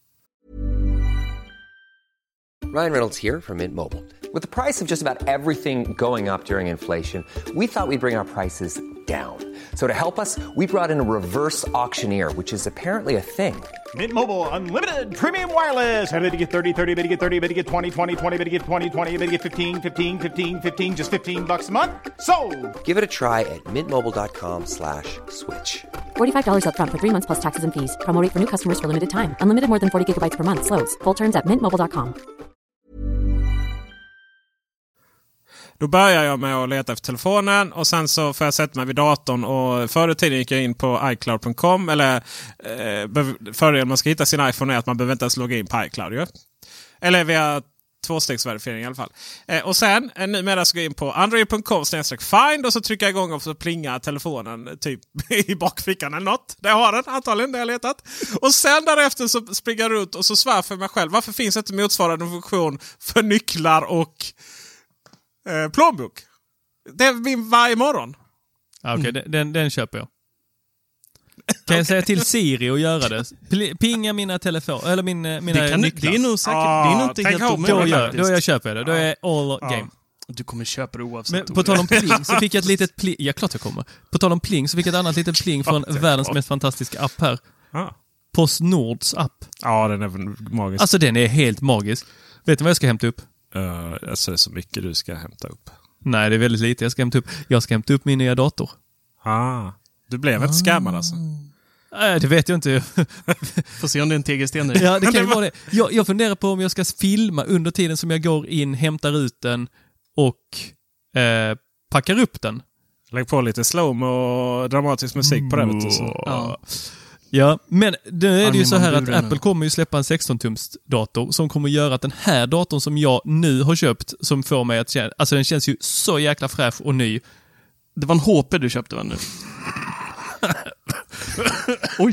Ryan Reynolds here from Mint Mobile. With the price of just about everything going up during inflation, we thought we'd bring our prices down. So to help us, we brought in a reverse auctioneer, which is apparently a thing. Mint Mobile Unlimited Premium Wireless. How to get thirty, thirty, how to get thirty, how to get twenty, twenty, twenty, how to get twenty, twenty, how to get fifteen, fifteen, fifteen, fifteen, just fifteen bucks a month? Sold! Give it a try at mintmobile.com slash switch. forty-five dollars up front for three months plus taxes and fees. Promo rate for new customers for limited time. Unlimited more than forty gigabytes per month. Slows full terms at mint mobile dot com. Då börjar jag med att leta efter telefonen och sen så får jag sätta mig vid datorn, och förr i tiden gick jag in på i cloud punkt com, eller eh, fördelen man ska hitta sin iPhone är att man behöver inte ens logga in på iCloud. Ja? Eller via tvåstegsverifiering i alla fall. Eh, och sen eh, numera ska jag in på android punkt com slash find och så trycker jag igång och så plingar telefonen typ i bakfickan eller något. Där har den antagligen, det jag letat. Och sen därefter så springer jag runt och så svär för mig själv. Varför finns inte motsvarande funktion för nycklar och Eh, plånbok? Det är min varje morgon. Ah, Okej, okay, mm. den, den köper jag. Kan jag säga till Siri att göra det? Pl- pinga mina telefon eller min, mina det kan, nycklar. Det är nog säkert. Ah, det är nog inte helt omöjligt. Då, gör, då jag köper det. Då är all ah. game. Du kommer köpa det oavsett. Men på tal om pling så fick jag ett litet pling. Ja, klart jag kommer. På tal om pling så fick jag ett annat litet pling från världens mest fantastiska app här. Ah. PostNords app. Ja, den är magisk. Alltså den är helt magisk. Vet du vad jag ska hämta upp? Uh, alltså det är så mycket du ska hämta upp. Nej, det är väldigt lite jag ska hämta upp. Jag ska hämta upp min nya dator. Ah, du blev inte scammad alltså? Nej, det vet jag inte. Får se om det är en tegelsten. Ja, det kan ju vara det. Jag, jag funderar på om jag ska filma under tiden som jag går in, hämtar ut den och eh, packar upp den. Lägg på lite slow och dramatisk musik på det. Mm. Så. Ja. Ja, men det är det ju så här att Apple kommer ju släppa en sexton-tums dator som kommer göra att den här datorn som jag nu har köpt, som får mig att känna, alltså den känns ju så jäkla fräsch och ny. Det var en H P du köpte, va, nu? Oj!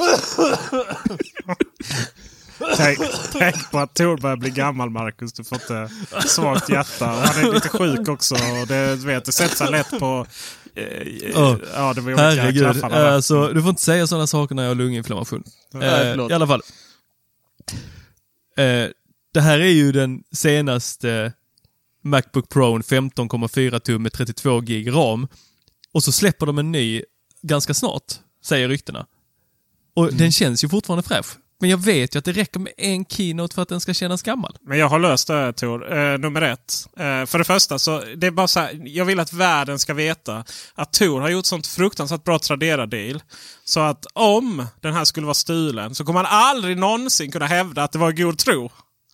tänk, tänk på att Tor börjar bli gammal, Marcus. Du får inte svagt hjärta. Och han är lite sjuk också. Och det, du vet, det sätter sig lätt på... Oh, ja, det var ju herregud. Alltså, du får inte säga sådana saker när jag har lunginflammation. Nej, eh, I alla fall. Eh, det här är ju den senaste MacBook Pro femton komma fyra tum med trettiotvå gig RAM. Och så släpper de en ny ganska snart, säger ryktena. Och mm. den känns ju fortfarande fräsch. Men jag vet ju att det räcker med en keynote för att den ska kännas gammal. Men jag har löst det, Tor. Eh, nummer ett. Eh, för det första, så det är bara så här, jag vill att världen ska veta att Tor har gjort sånt fruktansvärt bra Tradera-deal. Så att om den här skulle vara stulen så kommer man aldrig någonsin kunna hävda att det var god tro.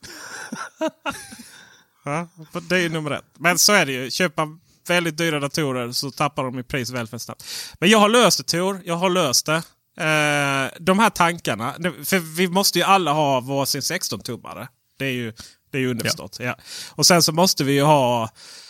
Ja, det är ju nummer ett. Men så är det ju. Köpa väldigt dyra datorer så tappar de i pris väldigt snabbt. Men jag har löst det, Tor. Jag har löst det. Uh, de här tankarna, för vi måste ju alla ha varsin sexton-tummare. Det är ju, det är ju underförstått. Ja. Ja. Och sen så måste vi ju ha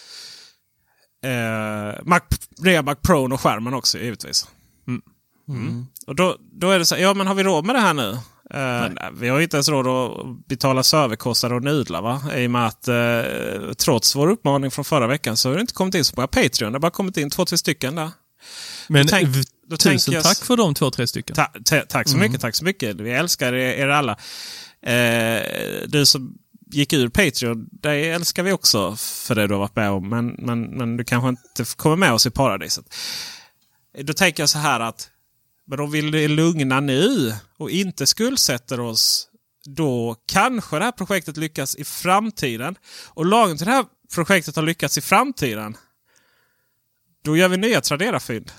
uh, Mac, Mac Pro och skärmen också, givetvis. Mm. Mm. Och då, då är det så, ja men har vi råd med det här nu? Uh, nej, vi har inte ens råd att betala serverkostnader och nudlar, va? I och med att uh, trots vår uppmaning från förra veckan så har det inte kommit in så på Patreon. Det har bara kommit in två, tre stycken där. Men tänk, tusen jag, tack för de två, tre stycken. Ta, ta, tack så mm. mycket, tack så mycket. Vi älskar er, er alla. Eh, du som gick ur Patreon, det älskar vi också för det du har varit med om. Men, men, men du kanske inte kommer med oss i paradiset. Då tänker jag så här att men om vi är lugna nu och inte skuldsätter oss, då kanske det här projektet lyckas i framtiden. Och lagen till det här projektet har lyckats i framtiden. Då gör vi nya Tradera-fynd.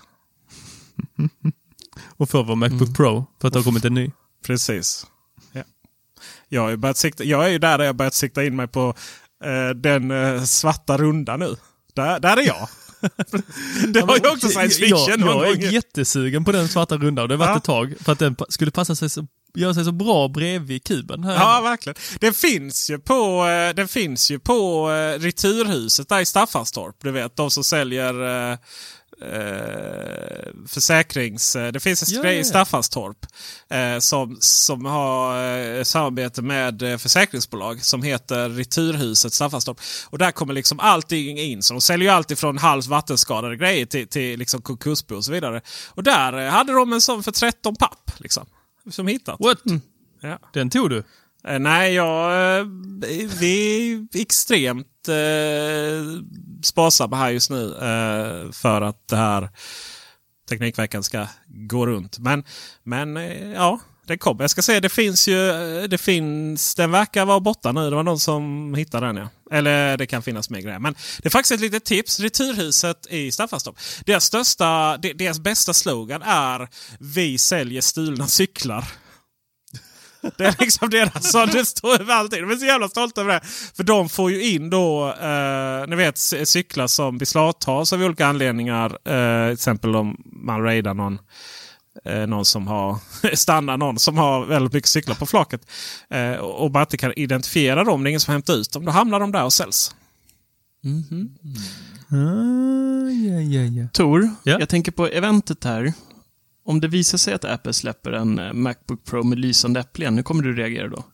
Och för vår MacBook mm. Pro, för att det har kommit en ny. Precis. Ja. Jag, är börjat sikta, jag är ju där, där jag börjat sikta in mig på eh, den eh, svarta runda nu. Där, där är jag. Det har ju också science fiction. Jag, jag är jättesugen på den svarta runda och det har varit ja. ett tag. För att den skulle passa sig så, göra sig så bra bredvid kuben. Här ja, hemma. Verkligen. Den finns ju på, eh, den finns ju på eh, Returhuset där i Staffanstorp. Du vet, de som säljer... Eh, Uh, försäkrings... Uh, det finns en grej i Staffanstorp uh, som, som har uh, samarbete med uh, försäkringsbolag som heter Returhuset Staffanstorp. Och där kommer liksom allting in. Så de säljer ju alltid från halvt vattenskadade grejer till, till liksom konkursbo och så vidare. Och där uh, hade de en sån för tretton papp liksom. Som hittat. What? Mm. Ja. Den tog du? Uh, nej, jag... Uh, vi är extremt uh, sparsamma här just nu uh, för att det här Teknikveckan ska gå runt. Men, men uh, ja, det kommer. Jag ska säga, det finns ju... Det finns... Den verkar vara borta nu. Det var någon som hittade den, ja. Eller det kan finnas mer grejer. Men det är faktiskt ett litet tips. Returhuset i Staffanstorp. Deras största... Deras bästa slogan är Vi säljer stulna cyklar. Det är liksom deras, så det står över allting. De är så jävla stolta över det. För de får ju in då, eh, ni vet, cyklar som beslagtas av olika anledningar. Eh, till exempel om man raidar någon, eh, någon som har, stannar någon som har väldigt mycket cyklar på flaket. Eh, och bara inte kan identifiera dem, det är ingen som hämtar ut dem. Då hamnar de där och säljs. Mm-hmm. Mm. Ah, ja, ja, ja. Tor, ja? jag tänker på eventet här. Om det visar sig att Apple släpper en MacBook Pro med lysande äpplen, hur kommer du reagera då?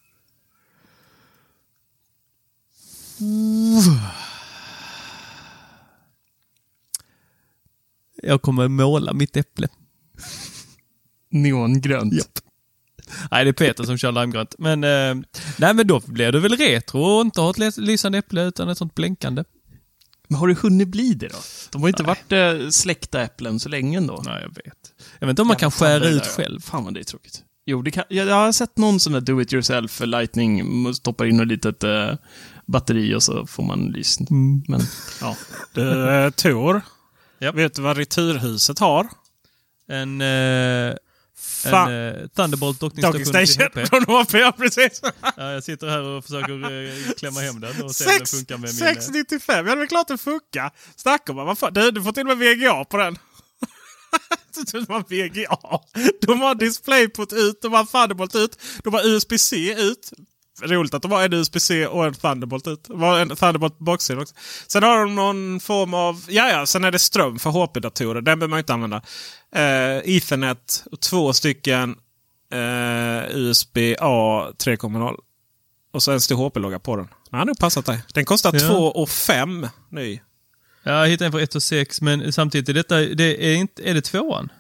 Jag kommer måla mitt äpple. Neongrönt. Japp. Nej, det är Peter som kör limegrönt. Men, eh, nej, men då blir det väl retro och inte ha ett lysande äpple utan ett sånt blänkande. Men har du hunnit bli det då? De har ju inte Nej. varit eh, släckta äpplen så länge då. Nej, jag vet. Jag vet inte om man kan skära ut själv. Fan vad det är tråkigt. Jo, det kan, jag, jag har sett någon sån där do-it-yourself lightning, stoppar in ett litet eh, batteri och så får man lys. Mm. Men, ja. Du, eh, Tor, yep. Vet du vad Returhuset har? En... Eh... Fa- en uh, Thunderbolt docking station från H P, ja, precis. Ja, jag sitter här och försöker uh, klämma hem den och se om den funkar med min... sex nittiofem, ja det är klart det funkar. Snackar man, vad fan, du, du får till och med V G A på den. De har V G A. De har DisplayPort ut, de har Thunderbolt ut, de har U S B-C ut. Roligt att de har en U S B-C och en Thunderbolt ut. Det var en Thunderbolt på baksidan också. Sen har de någon form av... Ja, ja, sen är det ström för H P-datorer. Den behöver man inte använda. Uh, Ethernet och två stycken uh, U S B A tre komma noll. Och så en stor H P-logga på den. Den har nog passat dig. Den kostar ja. två och fem ny. Ja, jag hittade en för ett och sex, men samtidigt är detta... Det är, inte, är det tvåan?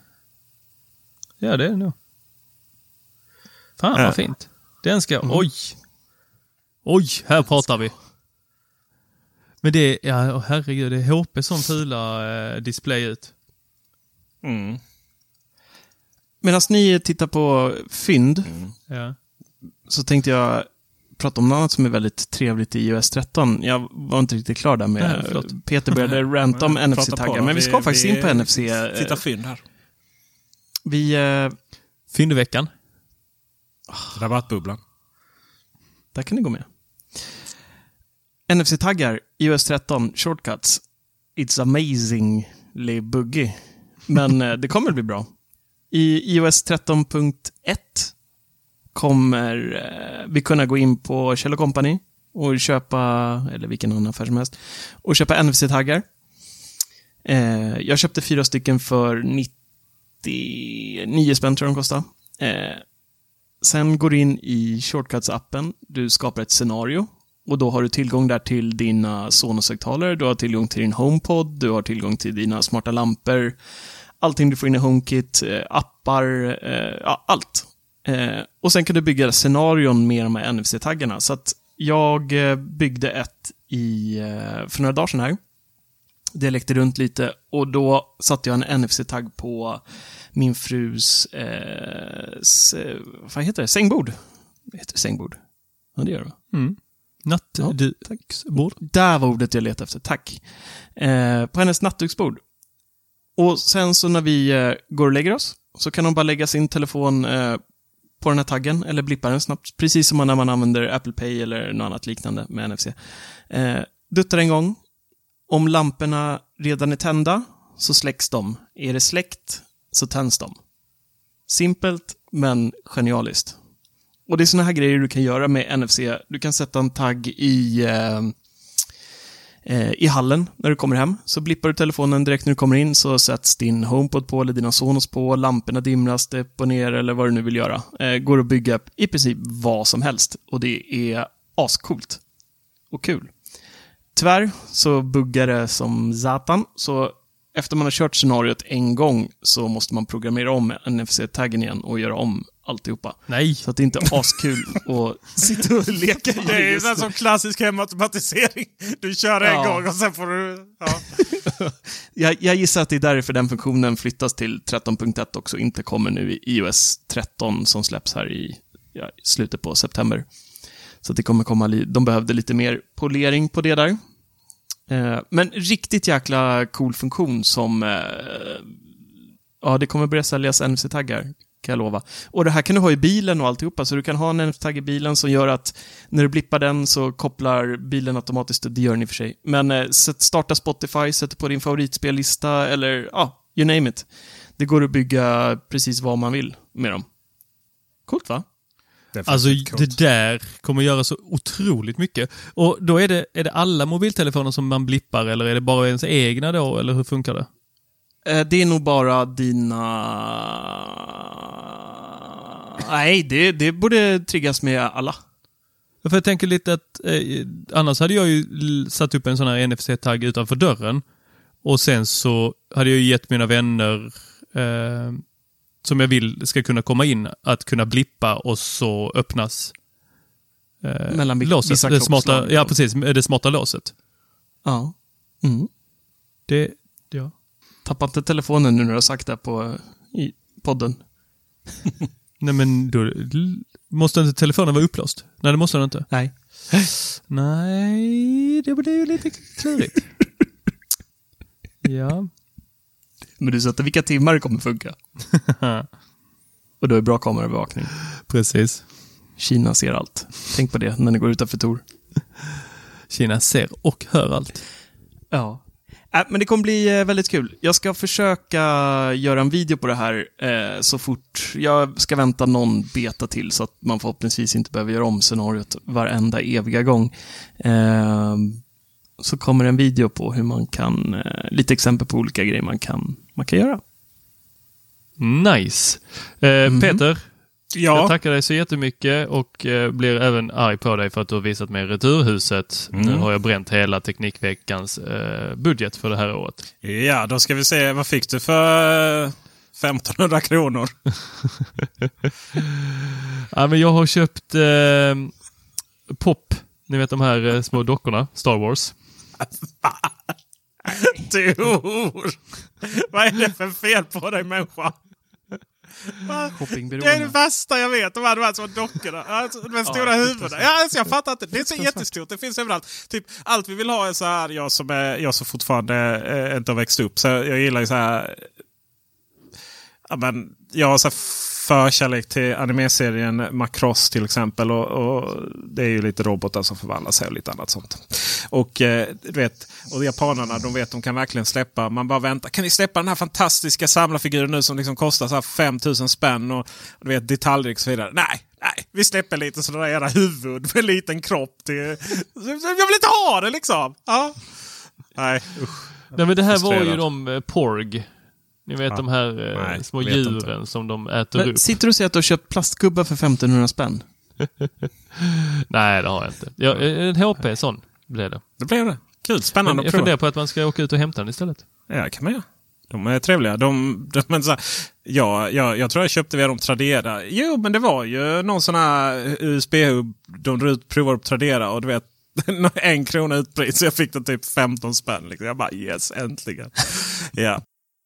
Ja, det är det nog. Fan, vad uh. fint. Den ska... Mm. Oj! Oj, här pratar vi. Men det är, ja, herregud, det är H P som fula eh, display ut. Mm. Medan ni tittar på fynd mm. ja. så tänkte jag prata om något annat som är väldigt trevligt i iOS tretton. Jag var inte riktigt klar där med... Nej, Peter började ranta om N F C-taggar, men vi ska vi, faktiskt vi, in på N F C. Titta fynd här. Vi... Eh, Fyndveckan. Oh, rabattbubblan. Där kan ni gå med. N F C-taggar, iOS tretton, shortcuts. It's amazingly buggy. Men eh, det kommer bli bra. I iOS tretton punkt ett kommer eh, vi kunna gå in på Kjell och Company och köpa, eller vilken annan affär som helst, och köpa N F C-taggar. Eh, jag köpte fyra stycken för nittionio spänn tror jag de kostar. Eh, sen går du in i Shortcuts-appen, du skapar ett scenario och då har du tillgång där till dina Sonos-högtalare, du har tillgång till din HomePod, du har tillgång till dina smarta lampor, allting du får in i HomeKit, eh, appar, eh, ja, allt. Eh, och sen kan du bygga scenarion med de här N F C-taggarna. Så att jag eh, byggde ett i, eh, för några dagar sedan här. Det läckte runt lite och då satte jag en N F C-tagg på min frus eh, s, vad heter det? Sängbord. Heter det sängbord? Ja, det gör det. Mm. Nattduksbord. Ja, där var ordet jag letade efter. Tack. Eh, på hennes nattduksbord. Och sen så när vi eh, går och lägger oss så kan hon bara lägga sin telefon eh, på den här taggen eller blippa den snabbt. Precis som när man använder Apple Pay eller något annat liknande med N F C. Eh, duttar en gång. Om lamporna redan är tända så släcks de. Är det släckt så tänds de. Simpelt men genialiskt. Och det är såna här grejer du kan göra med N F C. Du kan sätta en tagg i... Eh, i hallen när du kommer hem. Så blippar du telefonen direkt när du kommer in så sätts din HomePod på eller dina Sonos på, lamporna dimras upp och ner eller vad du nu vill göra. Eh, går att bygga i princip vad som helst och det är ascoolt och kul. Tyvärr så buggar det som zatan så efter man har kört scenariot en gång så måste man programmera om N F C-taggen igen och göra om alltihopa. Nej. Så att det inte är askul att sitta och leka. Det är en sån klassisk hemautomatisering. Du kör en ja. gång och sen får du... Ja. jag, jag gissar att det är därför den funktionen flyttas till tretton punkt ett också. Inte kommer nu i iOS tretton som släpps här i ja, slutet på september. Så att det kommer komma... Li- de behövde lite mer polering på det där. Eh, men riktigt jäkla cool funktion som... Eh, ja, det kommer börja säljas N F C-taggar. Kan jag lova. Och det här kan du ha i bilen och alltihopa. Så du kan ha en N F C-tagg i bilen som gör att när du blippar den så kopplar bilen automatiskt. Det gör den i och för sig. Men eh, starta Spotify, sätt på din favoritspellista eller ja, ah, you name it. Det går att bygga precis vad man vill med dem. Coolt va? Det alltså det där kommer göra så otroligt mycket. Och då är det, är det alla mobiltelefoner som man blippar eller är det bara ens egna då? Eller hur funkar det? Det är nog bara dina... Nej, det, det borde triggas med alla. För jag tänker lite att eh, annars hade jag ju satt upp en sån här N F C-tagg utanför dörren. Och sen så hade jag ju gett mina vänner eh, som jag vill ska kunna komma in att kunna blippa och så öppnas eh, mellan låset. vissa det smarta, ja, precis. Det smarta låset. Ja. Mm. Det, ja. Tappa inte telefonen nu när du har sagt det på i podden. Nej, men då måste inte telefonen vara upplåst. Nej, det måste den inte. Nej. Nej, det blir ju lite klurigt. Ja. Men du sätter vilka timmar det kommer funka. Och då är bra kamerabevakning. Precis. Kina ser allt. Tänk på det när ni går utanför Tor. Kina ser och hör allt. Ja. Äh, men det kommer bli eh, väldigt kul. Jag ska försöka göra en video på det här eh, så fort. Jag ska vänta någon beta till så att man förhoppningsvis inte behöver göra om scenariot varenda eviga gång. Eh, så kommer en video på hur man kan, eh, lite exempel på olika grejer man kan, man kan göra. Nice. Eh, mm-hmm. Peter, ja. Jag tackar dig så jättemycket och eh, blir även arg på dig för att du har visat mig Returhuset. Mm. Nu har jag bränt hela Teknikveckans eh, budget för det här året. Ja, då ska vi se. Vad fick du för eh, femtonhundra kronor? Ja, men jag har köpt eh, Pop Ni vet de här eh, små dockorna, Star Wars. Du, vad är det för fel på dig, människa? Det är det värsta jag vet. De här, de här små dockorna. Alltså, de stora ja, huvudena. Ja, alltså, jag fattar inte. Det är så jättestort. Det finns överallt. Typ, allt vi vill ha är så här. Jag som, är, jag som fortfarande äh, inte har växt upp. Så jag gillar ju så här. Ja, men, jag har så här förkärlek till anime-serien Macross till exempel. Och, och det är ju lite robotar som förvandlar sig och lite annat sånt. Och eh, du vet, och japanerna, de vet de kan verkligen släppa. Man bara väntar. Kan ni släppa den här fantastiska samlarfiguren nu som liksom kostar så här fem tusen spänn och, och du vet detaljer och så vidare. Nej, nej, vi släpper lite sådana där era huvud med en liten kropp till. Jag vill inte ha det liksom. Ja. Nej, usch. Nej, men det här var ju de eh, Porg. Ni vet ja. de här eh, Nej, små djuren inte. Som de äter men, upp. Sitter du och säger att du har köpt plastgubbar för femtonhundra spänn? Nej, det har jag inte. Jag, en H P sån blev det. Det blev det. Kul, spännande men jag funderar på att man ska åka ut och hämta den istället. Ja, kan man göra. De är trevliga. De, de, men så här, ja, ja, jag tror jag köpte via dem Tradera. Jo, men det var ju någon sån här U S B-hub de provade på Tradera och du vet, en krona utpris så jag fick den typ femton spänn. Liksom. Jag bara, yes, äntligen. Ja.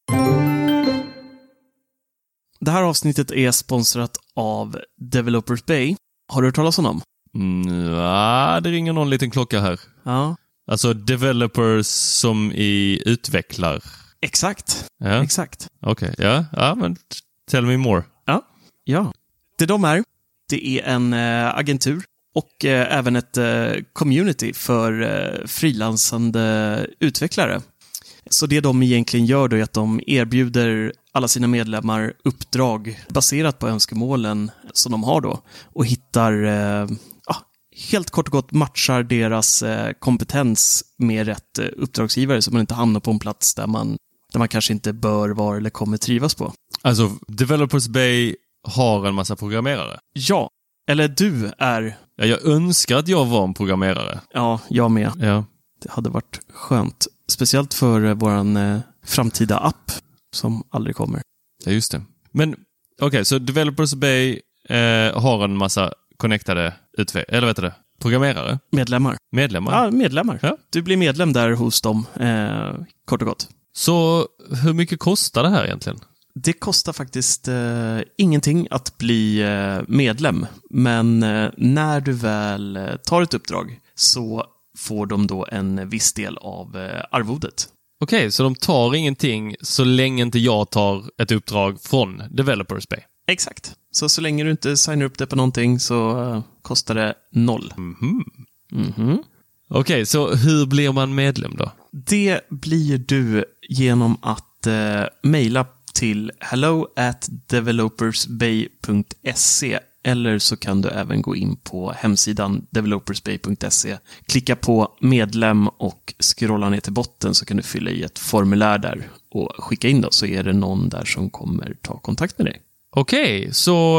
Det här avsnittet är sponsrat av Developers Bay. Har du hört talas om dem? Mm, ja, det ringer någon liten klocka här. Ja. Alltså developers som i utvecklar. Exakt. Ja. Exakt. Okej, okay. ja. ja, men tell me more. Ja, ja. Det de är, det är en äh, agentur och äh, även ett äh, community för äh, frilansande utvecklare. Så det de egentligen gör då är att de erbjuder alla sina medlemmar uppdrag baserat på önskemålen som de har då och hittar, eh, ja, helt kort och gott matchar deras eh, kompetens med rätt eh, uppdragsgivare så man inte hamnar på en plats där man, där man kanske inte bör vara eller kommer trivas på. Alltså, Developers Bay har en massa programmerare? Ja, eller du är... Ja, jag önskar att jag var en programmerare. Ja, jag med. Ja. Det hade varit skönt. Speciellt för eh, våran eh, framtida app som aldrig kommer. Ja, just det. Men okej, okay, så Developers Bay eh, har en massa connectade utve- eller vet du det? Programmerare? Medlemmar. Medlemmar? Ja, medlemmar. Ja. Du blir medlem där hos dem, eh, kort och gott. Så hur mycket kostar det här egentligen? Det kostar faktiskt eh, ingenting att bli eh, medlem. Men eh, när du väl eh, tar ett uppdrag så får de då en viss del av eh, arvodet. Okej, okay, så de tar ingenting så länge inte jag tar ett uppdrag från Developers Bay? Exakt. Så så länge du inte signar upp det på någonting så uh, kostar det noll. Mhm. Mhm. Okej, okay, så hur blir man medlem då? Det blir du genom att uh, mejla till hello at developersbay punkt se eller så kan du även gå in på hemsidan developersbay punkt se, klicka på medlem och scrolla ner till botten så kan du fylla i ett formulär där och skicka in då så är det någon där som kommer ta kontakt med dig. Okej, okay, så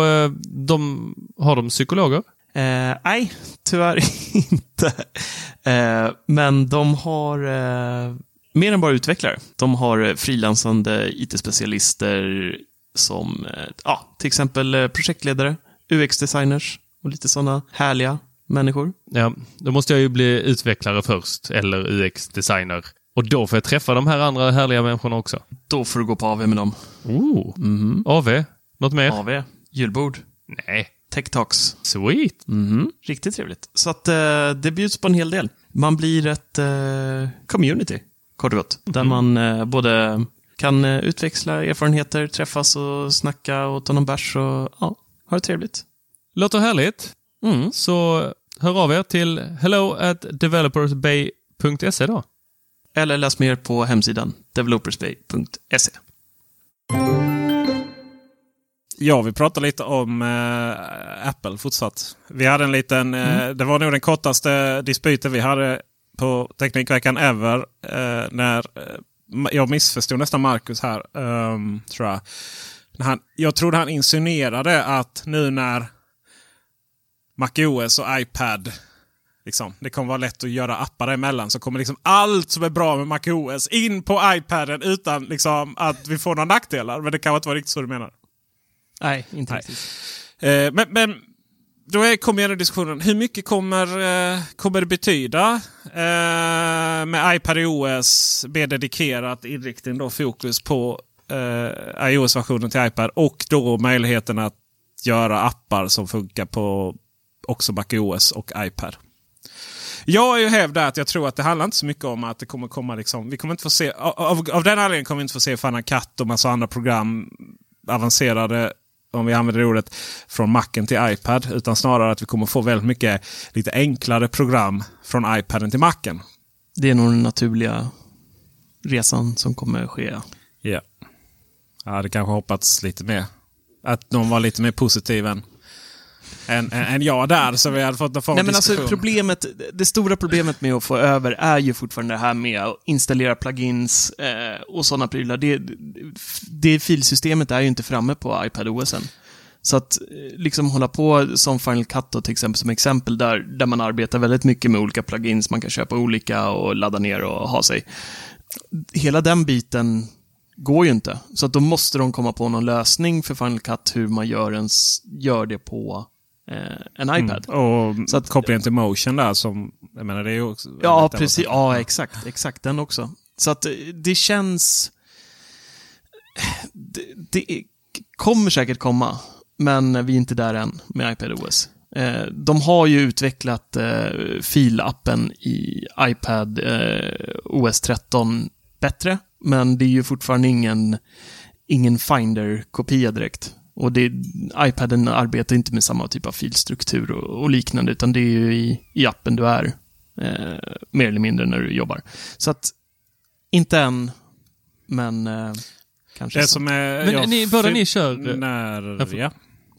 de, har de psykologer? Eh, nej, tyvärr inte. Eh, men de har eh, mer än bara utvecklare. De har frilansande I T-specialister som eh, ja, till exempel projektledare, U X-designers och lite sådana härliga människor. Ja, då måste jag ju bli utvecklare först eller U X-designer. Och då får jag träffa de här andra härliga människorna också. Då får du gå på A V med dem. Oh, mm-hmm. A V? Något mer? A V, julbord. Nej. Tech Talks. Sweet. Mm-hmm. Riktigt trevligt. Så att eh, det bjuds på en hel del. Man blir ett eh, community, kort och gott. Mm-hmm. Där man eh, både kan eh, utväxla erfarenheter, träffas och snacka och ta någon bärs och ja, ha det trevligt. Låter härligt. Mm. Så hör av er till hello at developersbay punkt se då. Eller läs mer på hemsidan developersbay punkt se. Ja, vi pratar lite om äh, Apple fortsatt. Vi hade en liten, äh, mm. det var nog den kortaste dispyten vi hade på Teknikveckan ever. Äh, när äh, jag missförstod nästan Marcus här, ähm, tror jag. Han, jag trodde han insinuerade att nu när macOS och iPad liksom, det kommer vara lätt att göra appar emellan så kommer liksom allt som är bra med macOS in på iPaden utan liksom att vi får några nackdelar. Men det kan inte vara riktigt så du menar. Nej, inte riktigt. Eh, men, men då är, kommer jag diskussionen. Hur mycket kommer, eh, kommer det betyda eh, med iPadOS med dedikerat inriktning då, fokus på eh, iOS-versionen till iPad och då möjligheten att göra appar som funkar på också macOS och iPad. Jag är ju hävdat att jag tror att det handlar inte så mycket om att det kommer komma liksom, vi kommer inte få se, av, av den anledningen kommer vi inte få se Final Cut och massa andra program avancerade, om vi använder det ordet, från Macen till iPad, utan snarare att vi kommer få väldigt mycket lite enklare program från iPaden till Macen. Det är nog den naturliga resan som kommer ske. Ja, yeah. Ja, det kanske hoppats lite mer. Att de var lite mer positiv än, än, än, än jag där, så vi hade fått en form av Nej, men diskussion. alltså problemet, det stora problemet med att få över är ju fortfarande det här med att installera plugins eh, och sådana prylar. Det, det filsystemet är ju inte framme på iPadOS än. Så att liksom hålla på som Final Cut då, till exempel, som exempel där, där man arbetar väldigt mycket med olika plugins, man kan köpa olika och ladda ner och ha sig. Hela den biten går ju inte. Så att då måste de komma på någon lösning för Final Cut hur man gör, ens, gör det på eh, en iPad. Mm. Och så att, kopplingen till Motion där som, jag menar, det är ju också... Ja, precis. Ja, exakt. Exakt, den också. Så att det känns... Det, det kommer säkert komma, men vi är inte där än med iPadOS. Eh, de har ju utvecklat eh, filappen i iPad eh, O S tretton bättre, men det är ju fortfarande ingen, ingen Finder-kopia direkt. Och det, iPaden arbetar inte med samma typ av filstruktur och, och liknande, utan det är ju i, i appen du är eh, mer eller mindre när du jobbar. Så att, inte än, men eh, kanske det så. som är... Men ni, båda ni kör... När, ja.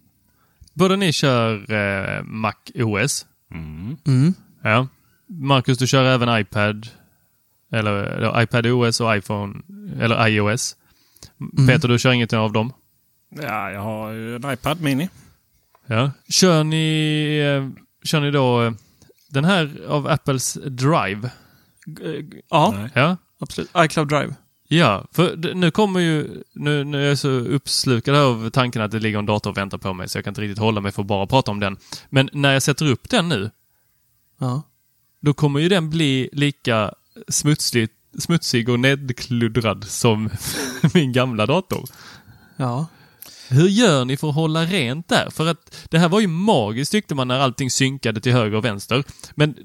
Båda ni kör eh, Mac O S. Mm. Mm. Ja. Marcus, du kör även iPad... Eller, eller iPadOS och iPhone eller iOS. Mm. Peter, du kör inget av dem? Ja, jag har ju en iPad mini. Ja. Kör ni kör ni då den här av Apples Drive? Ja, Nej. Ja, absolut. iCloud Drive. Ja, för nu kommer ju nu, nu är jag så uppslukad av tanken att det ligger en dator och väntar på mig, så jag kan inte riktigt hålla mig för att bara prata om den. Men när jag sätter upp den nu, Ja. då kommer ju den bli lika smutsig, smutsig och nedkluddrad som min gamla dator. Ja. Hur gör ni för att hålla rent där? För att det här var ju magiskt, tyckte man, när allting synkade till höger och vänster. Men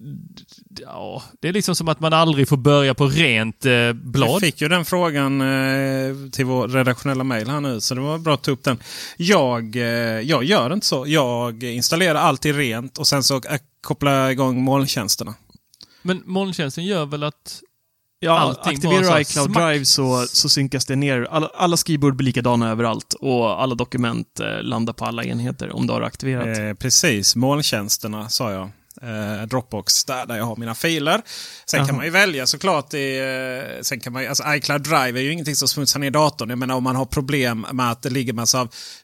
ja, det är liksom som att man aldrig får börja på rent eh, blad. Jag fick ju den frågan eh, till vår redaktionella mejl här nu, så det var bra att ta upp den. Jag, eh, jag gör inte så. Jag installerar alltid rent och sen så äh, kopplar igång molntjänsterna. Men molntjänsten gör väl att Ja, allting aktiverar bara iCloud smack. Drive så, så synkas det ner. Alla, alla skrivbord blir likadana överallt och alla dokument eh, landar på alla enheter om du har aktiverat. Eh, precis, molntjänsterna sa jag. Eh, Dropbox, där, där jag har mina filer. Sen Aha. kan man ju välja såklart i, eh, sen kan man, alltså iCloud Drive är ju ingenting som smutsar ner datorn. Jag menar, om man har problem med att det ligger massa av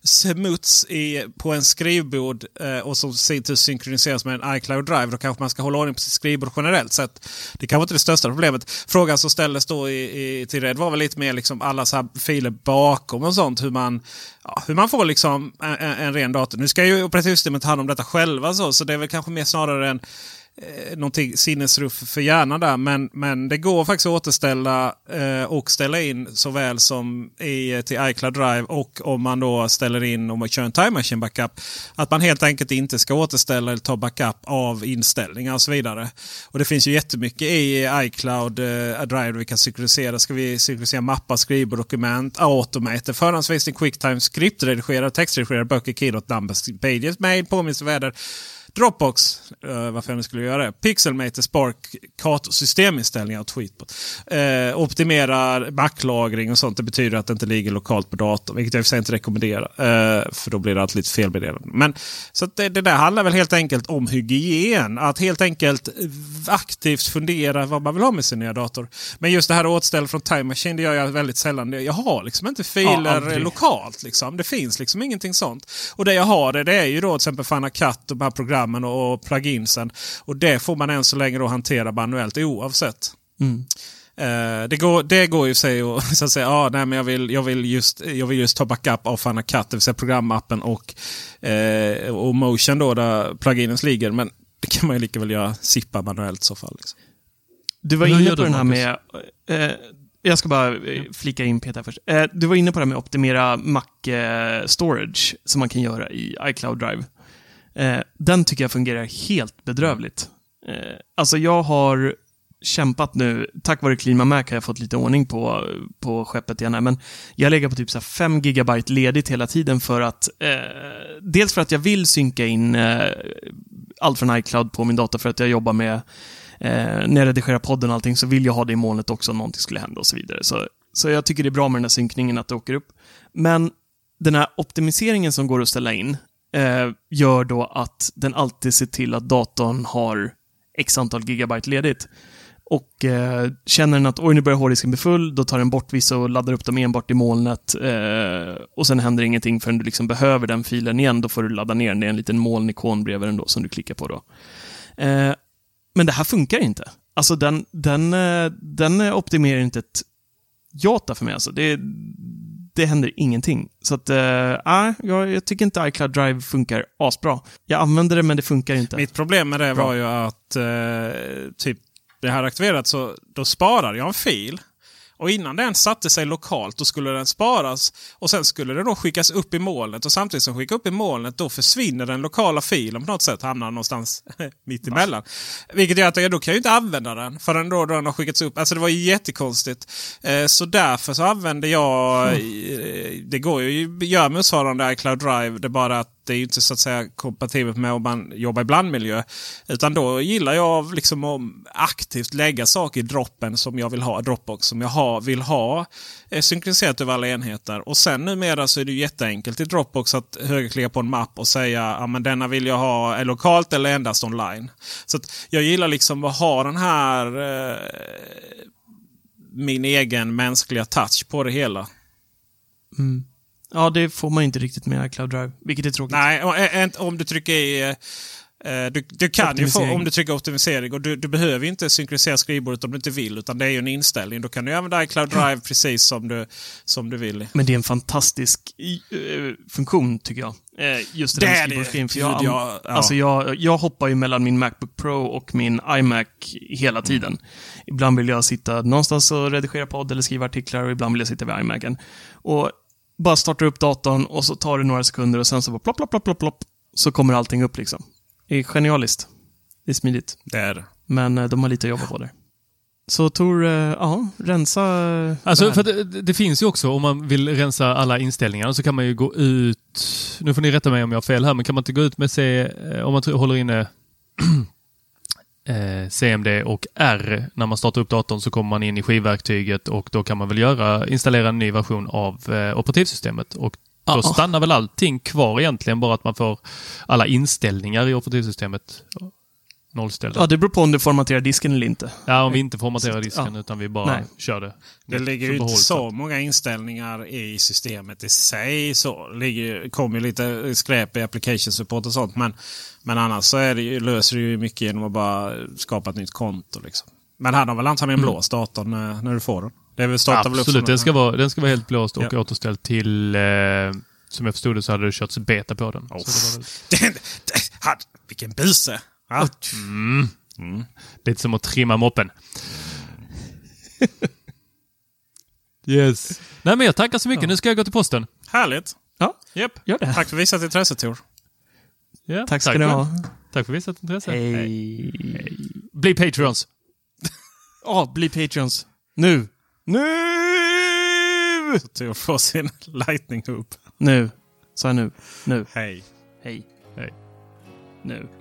smuts i, på en skrivbord eh, och som synkroniseras med en iCloud Drive, då kanske man ska hålla ordning på sitt skrivbord generellt sett. Det kan vara inte det största problemet. Frågan som ställdes då i, i, till Red var väl lite mer liksom alla så här filer bakom och sånt, hur man Ja, hur man får liksom en, en ren dator. Nu ska ju operativsystemet ta hand om detta själva, så, så det är väl kanske mer snarare en eh, någonting sinnesruff för hjärnan där. Men, men det går faktiskt att återställa eh, och ställa in såväl som i, till iCloud Drive, och om man då ställer in, om man kör en Time Machine backup, att man helt enkelt inte ska återställa eller ta backup av inställningar och så vidare. Och det finns ju jättemycket i iCloud eh, Drive vi kan synkronisera. Ska vi synkronisera mappar, skrivbord, dokument, automate, förhandsvisning, quicktime, skriptredigera, textredigera, böcker, keynote, numbers, pages, mail, påminnelse, väder, Dropbox, uh, varför jag nu skulle göra det. Pixelmator, Spark, Kato, systeminställningar och Tweetbot. Uh, optimerar Mac-lagring och sånt. Det betyder att det inte ligger lokalt på datorn, vilket jag för sig inte rekommenderar. Uh, för då blir det alltid lite felmeddelande. Men så att det, det där handlar väl helt enkelt om hygien. Att helt enkelt aktivt fundera vad man vill ha med sin nya dator. Men just det här återställ från Time Machine, det gör jag väldigt sällan. Jag har liksom inte filer ja, lokalt. Liksom. Det finns liksom ingenting sånt. Och det jag har det, det är ju då till exempel Final Cut och de här programmen och pluginsen. Och det får man än så länge då hantera manuellt oavsett. Mm. Uh, det, går, det går ju sig och så att säga, ah, nej, men jag vill, jag vill just jag vill just ta backup av Final Cut, det vill säga programappen och, uh, och Motion då, där pluginens ligger. Men det kan man ju lika väl göra zippa manuellt i så fall. Liksom. Du var inne på den här med... Uh, jag ska bara flika in Peter först. Uh, du var inne på det här med att optimera Mac uh, storage som man kan göra i iCloud Drive. Uh, den tycker jag fungerar helt bedrövligt. Uh, alltså jag har kämpat nu, tack vare Clean My Mac har jag fått lite ordning på, på skeppet igen. Men jag lägger på typ så här fem gigabyte ledigt hela tiden för att eh, dels för att jag vill synka in eh, allt från iCloud på min dator för att jag jobbar med eh, när jag redigerar podden och allting, så vill jag ha det i molnet också om någonting skulle hända och så vidare. Så, så jag tycker det är bra med den här synkningen att det åker upp. Men den här optimiseringen som går att ställa in eh, gör då att den alltid ser till att datorn har x antal gigabyte ledigt. Och eh, känner den att oj, nu börjar hårddisken bli full, då tar den bort vissa och laddar upp dem enbart i molnet. Eh, och sen händer ingenting förrän du liksom behöver den filen igen. Då får du ladda ner den. Det är en liten molnikon bredvid den då som du klickar på då. Eh, men det här funkar inte. Alltså den, den, den optimerar inte ett jota för mig. Alltså. Det, det händer ingenting. Så att, äh, jag, jag tycker inte iCloud Drive funkar asbra. Jag använder det, men det funkar inte. Mitt problem med det bra. var ju att eh, typ det här aktiverat, så då sparar jag en fil. Och innan den satte sig lokalt, då skulle den sparas. Och sen skulle den då skickas upp i molnet. Och samtidigt som skickas upp i molnet, då försvinner den lokala filen på något sätt. Hamnar någonstans mitt emellan. Vilket gör att jag då kan jag inte använda den förrän då den har skickats upp. Alltså det var ju jättekonstigt. Eh, så därför så använder jag... Mm. Det går ju att göra motsvarande iCloud Drive. Det är bara att det är ju inte så att säga kompatibelt med om man jobbar i blandmiljö. Utan då gillar jag liksom att aktivt lägga saker i droppen som jag vill ha. Dropbox som jag har, vill ha eh, synkroniserat över alla enheter. Och sen numera så är det ju jätteenkelt i Dropbox att högerklicka på en mapp och säga ja, men denna vill jag ha lokalt eller endast online. Så att jag gillar liksom att ha den här eh, min egen mänskliga touch på det hela. Mm. Ja, det får man inte riktigt med iCloud Drive, vilket är tråkigt. Nej, om du trycker i... Du, du kan ju få, om du trycker optimisering, och du, du behöver ju inte synkronisera skrivbordet om du inte vill, utan det är ju en inställning. Då kan du använda iCloud Drive precis som du, som du vill. Men det är en fantastisk uh, funktion, tycker jag. Uh, just det, det är det. För jag, jag, ja. alltså jag, jag hoppar ju mellan min MacBook Pro och min iMac hela tiden. Mm. Ibland vill jag sitta någonstans och redigera podd eller skriva artiklar, och ibland vill jag sitta vid iMacen. Och bara startar upp datorn och så tar det några sekunder och sen så bara plopp, plopp, plopp, plopp, plopp, så kommer allting upp liksom. Det är genialiskt. Det är smidigt. Det är det. Men uh, de har lite att jobba på det. Så Tor, uh, ja, rensa... Alltså, för det, det finns ju också, om man vill rensa alla inställningar, så kan man ju gå ut... Nu får ni rätta mig om jag har fel här, men kan man inte gå ut med C... Om man håller inne C M D och R när man startar upp datorn, så kommer man in i skivverktyget och då kan man väl göra, installera en ny version av eh, operativsystemet, och då uh-oh. stannar väl allting kvar egentligen, bara att man får alla inställningar i operativsystemet nollställda. Ja, det beror på om du formaterar disken eller inte. Ja, om vi inte formaterar disken ja. utan vi bara Nej. kör det. Det ligger ju inte så många inställningar i systemet i sig, så ligger kommer ju lite skräp i application support och sånt, men men annars så är det ju, löser det ju mycket genom att bara skapa ett nytt konto liksom. Men här har väl antagligen mm. blåst datorn när, när du får den. Det är väl starta väl upp. Absolut, den ska vara den ska vara helt blåst och ja. återställd till eh, som jag förstod det så hade det körts beta på den. Oh. Så det var väl... den, den, vilken buse. Ja. Mm. Mm. Lite som att trimma moppen. Yes. Nej, men jag tackar så mycket. Ja. Nu ska jag gå till posten. Härligt. Ja, yep. Gör det. Tack för visat intresse, Tor. Ja, tack ska tack ni ha. Tack för visat intresse. Hej. Hej. Bli Patreons. Ja, oh, bli Patreons. Nu. Nu! Så Tor får sin lightning hoop. Nu. Så nu. Nu. Hej. Hej. Hej. Nu.